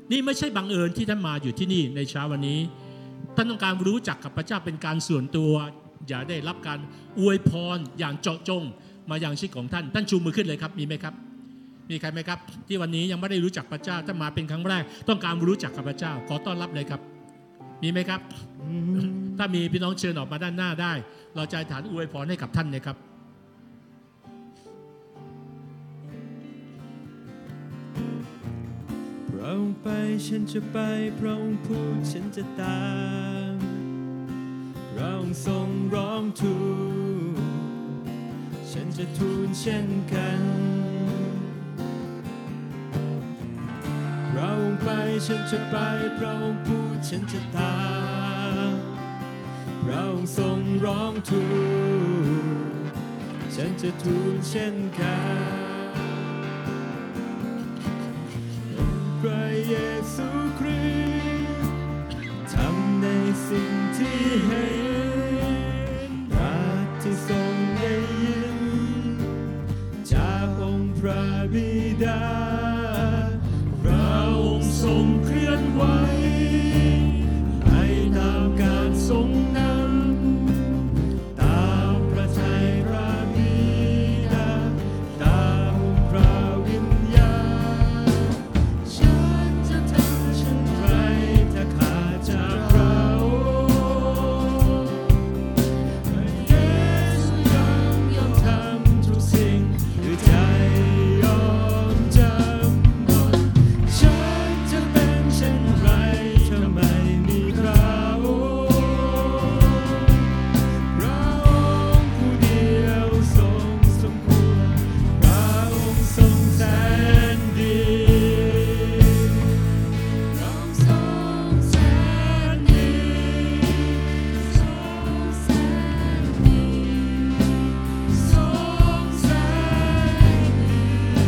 นี่ไม่ใช่บังเอิญที่ท่านมาอยู่ที่นี่ในเช้าวันนี้ท่านต้องการรู้จักกับพระเจ้าเป็นการส่วนตัวอย่าได้รับการอวยพรอย่างเจาะจงมาอย่างชีวิตของท่านชูมือขึ้นเลยครับมีไหมครับมีใครไหมครับที่วันนี้ยังไม่ได้รู้จักพระเจ้าถ้ามาเป็นครั้งแรกต้องการรู้จักกับพระเจ้าขอต้อนรับเลยครับมีไหมครับถ้ามีพี่น้องเชิญออกมาด้านหน้าได้เราจะอธิษฐานอวยพรให้กับท่านนะครับพระองค์ไปฉันจะไปพระองค์พูดฉันจะตามพระองค์ทรงร้องทูลฉันจะทูลเช่นกันพระองค์ไปฉันจะไปพระองค์พูดฉันจะตามพระองค์ทรงร้องทูลฉันจะทูลเช่นกันพระเยซูคริสต์ทำในสิ่งที่เห็นรักที่ทรงได้ยินจากองค์พระบิดาพระองค์ทรงเคลื่อนไหวให้ตามการทรงนำตามพระทัยพระบิดาตามพระวิญญาณฉันจะทำเช่นไรถ้าขาดจากพระองค์พระเยซูยังยอมทำทุกสิ่งด้วยใจยอมจำนนฉันจะเป็นเช่นไรถ้าไม่มีพระองค์พระองค์ผู้เดียวทรงสมควรพระองค์ทรงแสนดีพระองค์ทรงแสนดีทรงแสนดีทรงแสนดี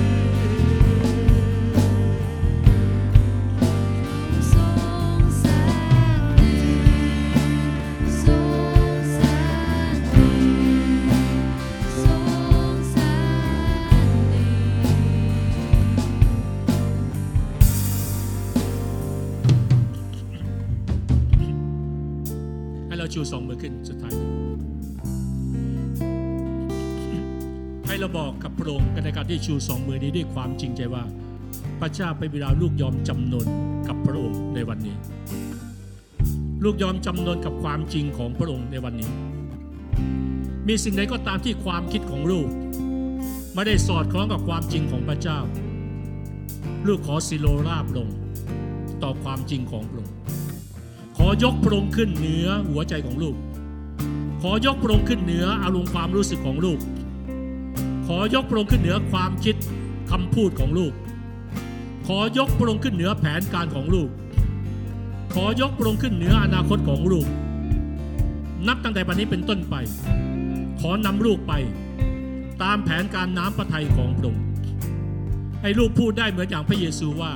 ทรงแสนดีทรงแสนดีทรงแสให้เราชูสองมือขึ้นสุดท้ายให้เราบอกกับพระองค์ในการที่ชูสองมือนี้ด้วยความจริงใจว่าพระเจ้าเป็นบิดาลูกยอมจำนนกับพระองค์ในวันนี้ลูกยอมจำนนกับความจริงของพระองค์ในวันนี้มีสิ่งใดก็ตามที่ความคิดของลูกไม่ได้สอดคล้องกับความจริงของพระเจ้าลูกขอสิโลราบลงต่อความจริงของพระองค์ขอยกพระองค์ขึ้นเหนือหัวใจของลูกขอยกพระองค์ขึ้นเหนืออารมณ์ความรู้สึกของลูกขอยกพระองค์ขึ้นเหนือความคิดคำพูดของลูกขอยกพระองค์ขึ้นเหนือแผนการของลูกขอยกพระองค์ขึ้นเหนืออนาคตของลูกนับตั้งแต่บัดนี้เป็นต้นไปขอนำลูกไปตามแผนการน้ำพระทัยของพระองค์ให้ลูกพูดได้เหมือนอย่างพระเยซูว่า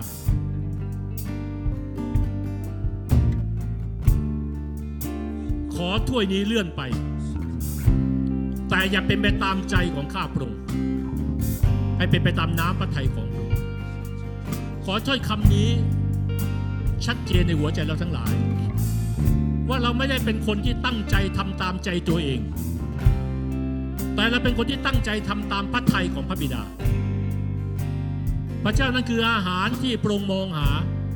ขอถ้วยนี้เลื่อนไปแต่อย่าเป็นไปตามใจของข้าพระองค์ให้เป็นไปตามน้ำพระทัยของพระองค์ขอถ้อยคำนี้ชัดเจนในหัวใจเราทั้งหลายว่าเราไม่ได้เป็นคนที่ตั้งใจทำตามใจตัวเองแต่เราเป็นคนที่ตั้งใจทำตามพระทัยของพระบิดาพระเจ้านั่นคืออาหารที่พระองค์มองหา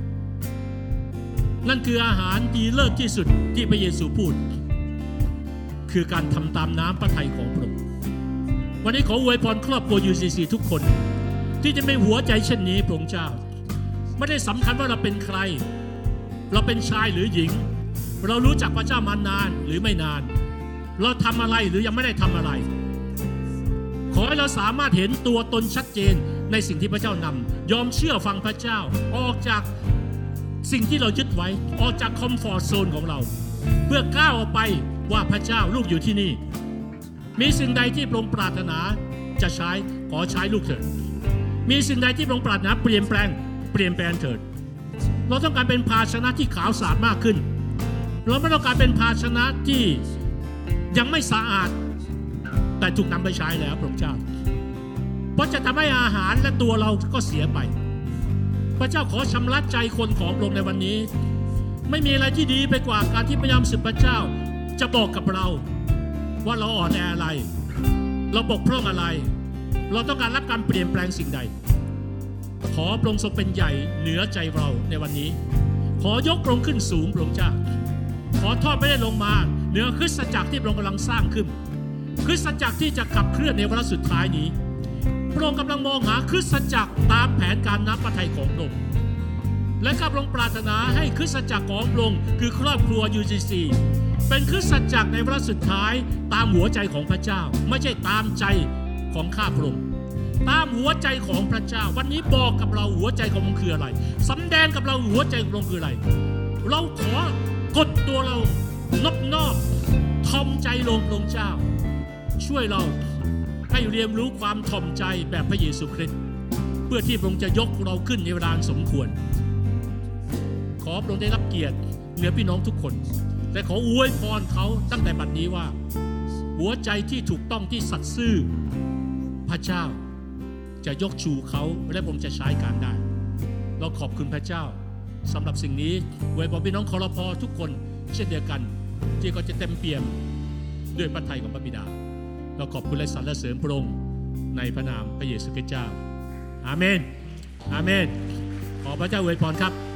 นั่นคืออาหารดีเลิศที่สุดที่พระเยซูพูดคือการทำตามน้ำพระทัยของพระองค์วันนี้ขออวยพรครอบครัว UCC ทุกคนที่จะมีหัวใจเช่นนี้พระองค์เจ้าไม่ได้สำคัญว่าเราเป็นใครเราเป็นชายหรือหญิงเรารู้จักพระเจ้ามานานหรือไม่นานเราทำอะไรหรือยังไม่ได้ทำอะไรขอให้เราสามารถเห็นตัวตนชัดเจนในสิ่งที่พระเจ้านำยอมเชื่อฟังพระเจ้าออกจากสิ่งที่เรายึดไว้ออกจากคอมฟอร์ตโซนของเราเพื่อก้าวออกไปว่าพระเจ้าลูกอยู่ที่นี่มีสิ่งใดที่พระองค์ปรารถนาจะใช้ขอใช้ลูกเถิดมีสิ่งใดที่พระองค์ปรารถนาเปลี่ยนแปลงเถิดเราต้องการเป็นภาชนะที่ขาวสะอาดมากขึ้นเราไม่ต้องการเป็นภาชนะที่ยังไม่สะอาดแต่ถูกนำไปใช้แล้วพระเจ้าเพราะจะทำให้อาหารและตัวเราก็เสียไปพระเจ้าขอชำระใจคนของพระองค์ในวันนี้ไม่มีอะไรที่ดีไปกว่าการที่พระยามสิบพระเจ้าจะบอกกับเราว่าเราอ่อนแออะไรเราบกพร่องอะไรเราต้องการรับการเปลี่ยนแปลงสิ่งใดขอพระองค์ทรงเป็นใหญ่เหนือใจเราในวันนี้ขอยกพระองค์ขึ้นสูงพระองค์เจ้าขอทอดไม่ได้ลงมาเหนือคริสตจักรที่พระองค์กำลังสร้างขึ้นคริสตจักรที่จะขับเคลื่อนในวาระสุดท้ายนี้พระองค์กำลังมองหาคริสตจักรตามแผนการน้ำพระทัยของพระองค์และข้าพระองค์ปรารถนาให้คริสตจักรของพระองค์คือครอบครัว UGC เป็นคริสตจักรในวาระสุดท้ายตามหัวใจของพระเจ้าไม่ใช่ตามใจของข้าพระองค์ตามหัวใจของพระเจ้าวันนี้บอกกับเราหัวใจของพระองค์คืออะไรสำแดงกับเราหัวใจของพระองค์คืออะไรเราขอกดตัวเรานอบถ่อมใจลงพระองค์เจ้าช่วยเราให้เรียนรู้ความถ่อมใจแบบพระเยซูคริสต์เพื่อที่พระองค์จะยกเราขึ้นในเวลาสมควรขอพระองค์ได้รับเกียรติเหนือพี่น้องทุกคนและขออวยพรเขาตั้งแต่บัดนี้ว่าหัวใจที่ถูกต้องที่สัตย์ซื่อพระเจ้าจะยกชูเขาและผมจะใช้การได้เราขอบคุณพระเจ้าสำหรับสิ่งนี้อวยพรพี่น้องคอรพทุกคนเช่นเดียวกันที่ก็จะเต็มเปี่ยมด้วยพระทัยของพระบิดาเราขอบคุณและสรรเสริญพระองค์ในพระนามพระเยซูคริสต์เจ้าอาเมนอาเมนขอพระเจ้าอวยพรครับ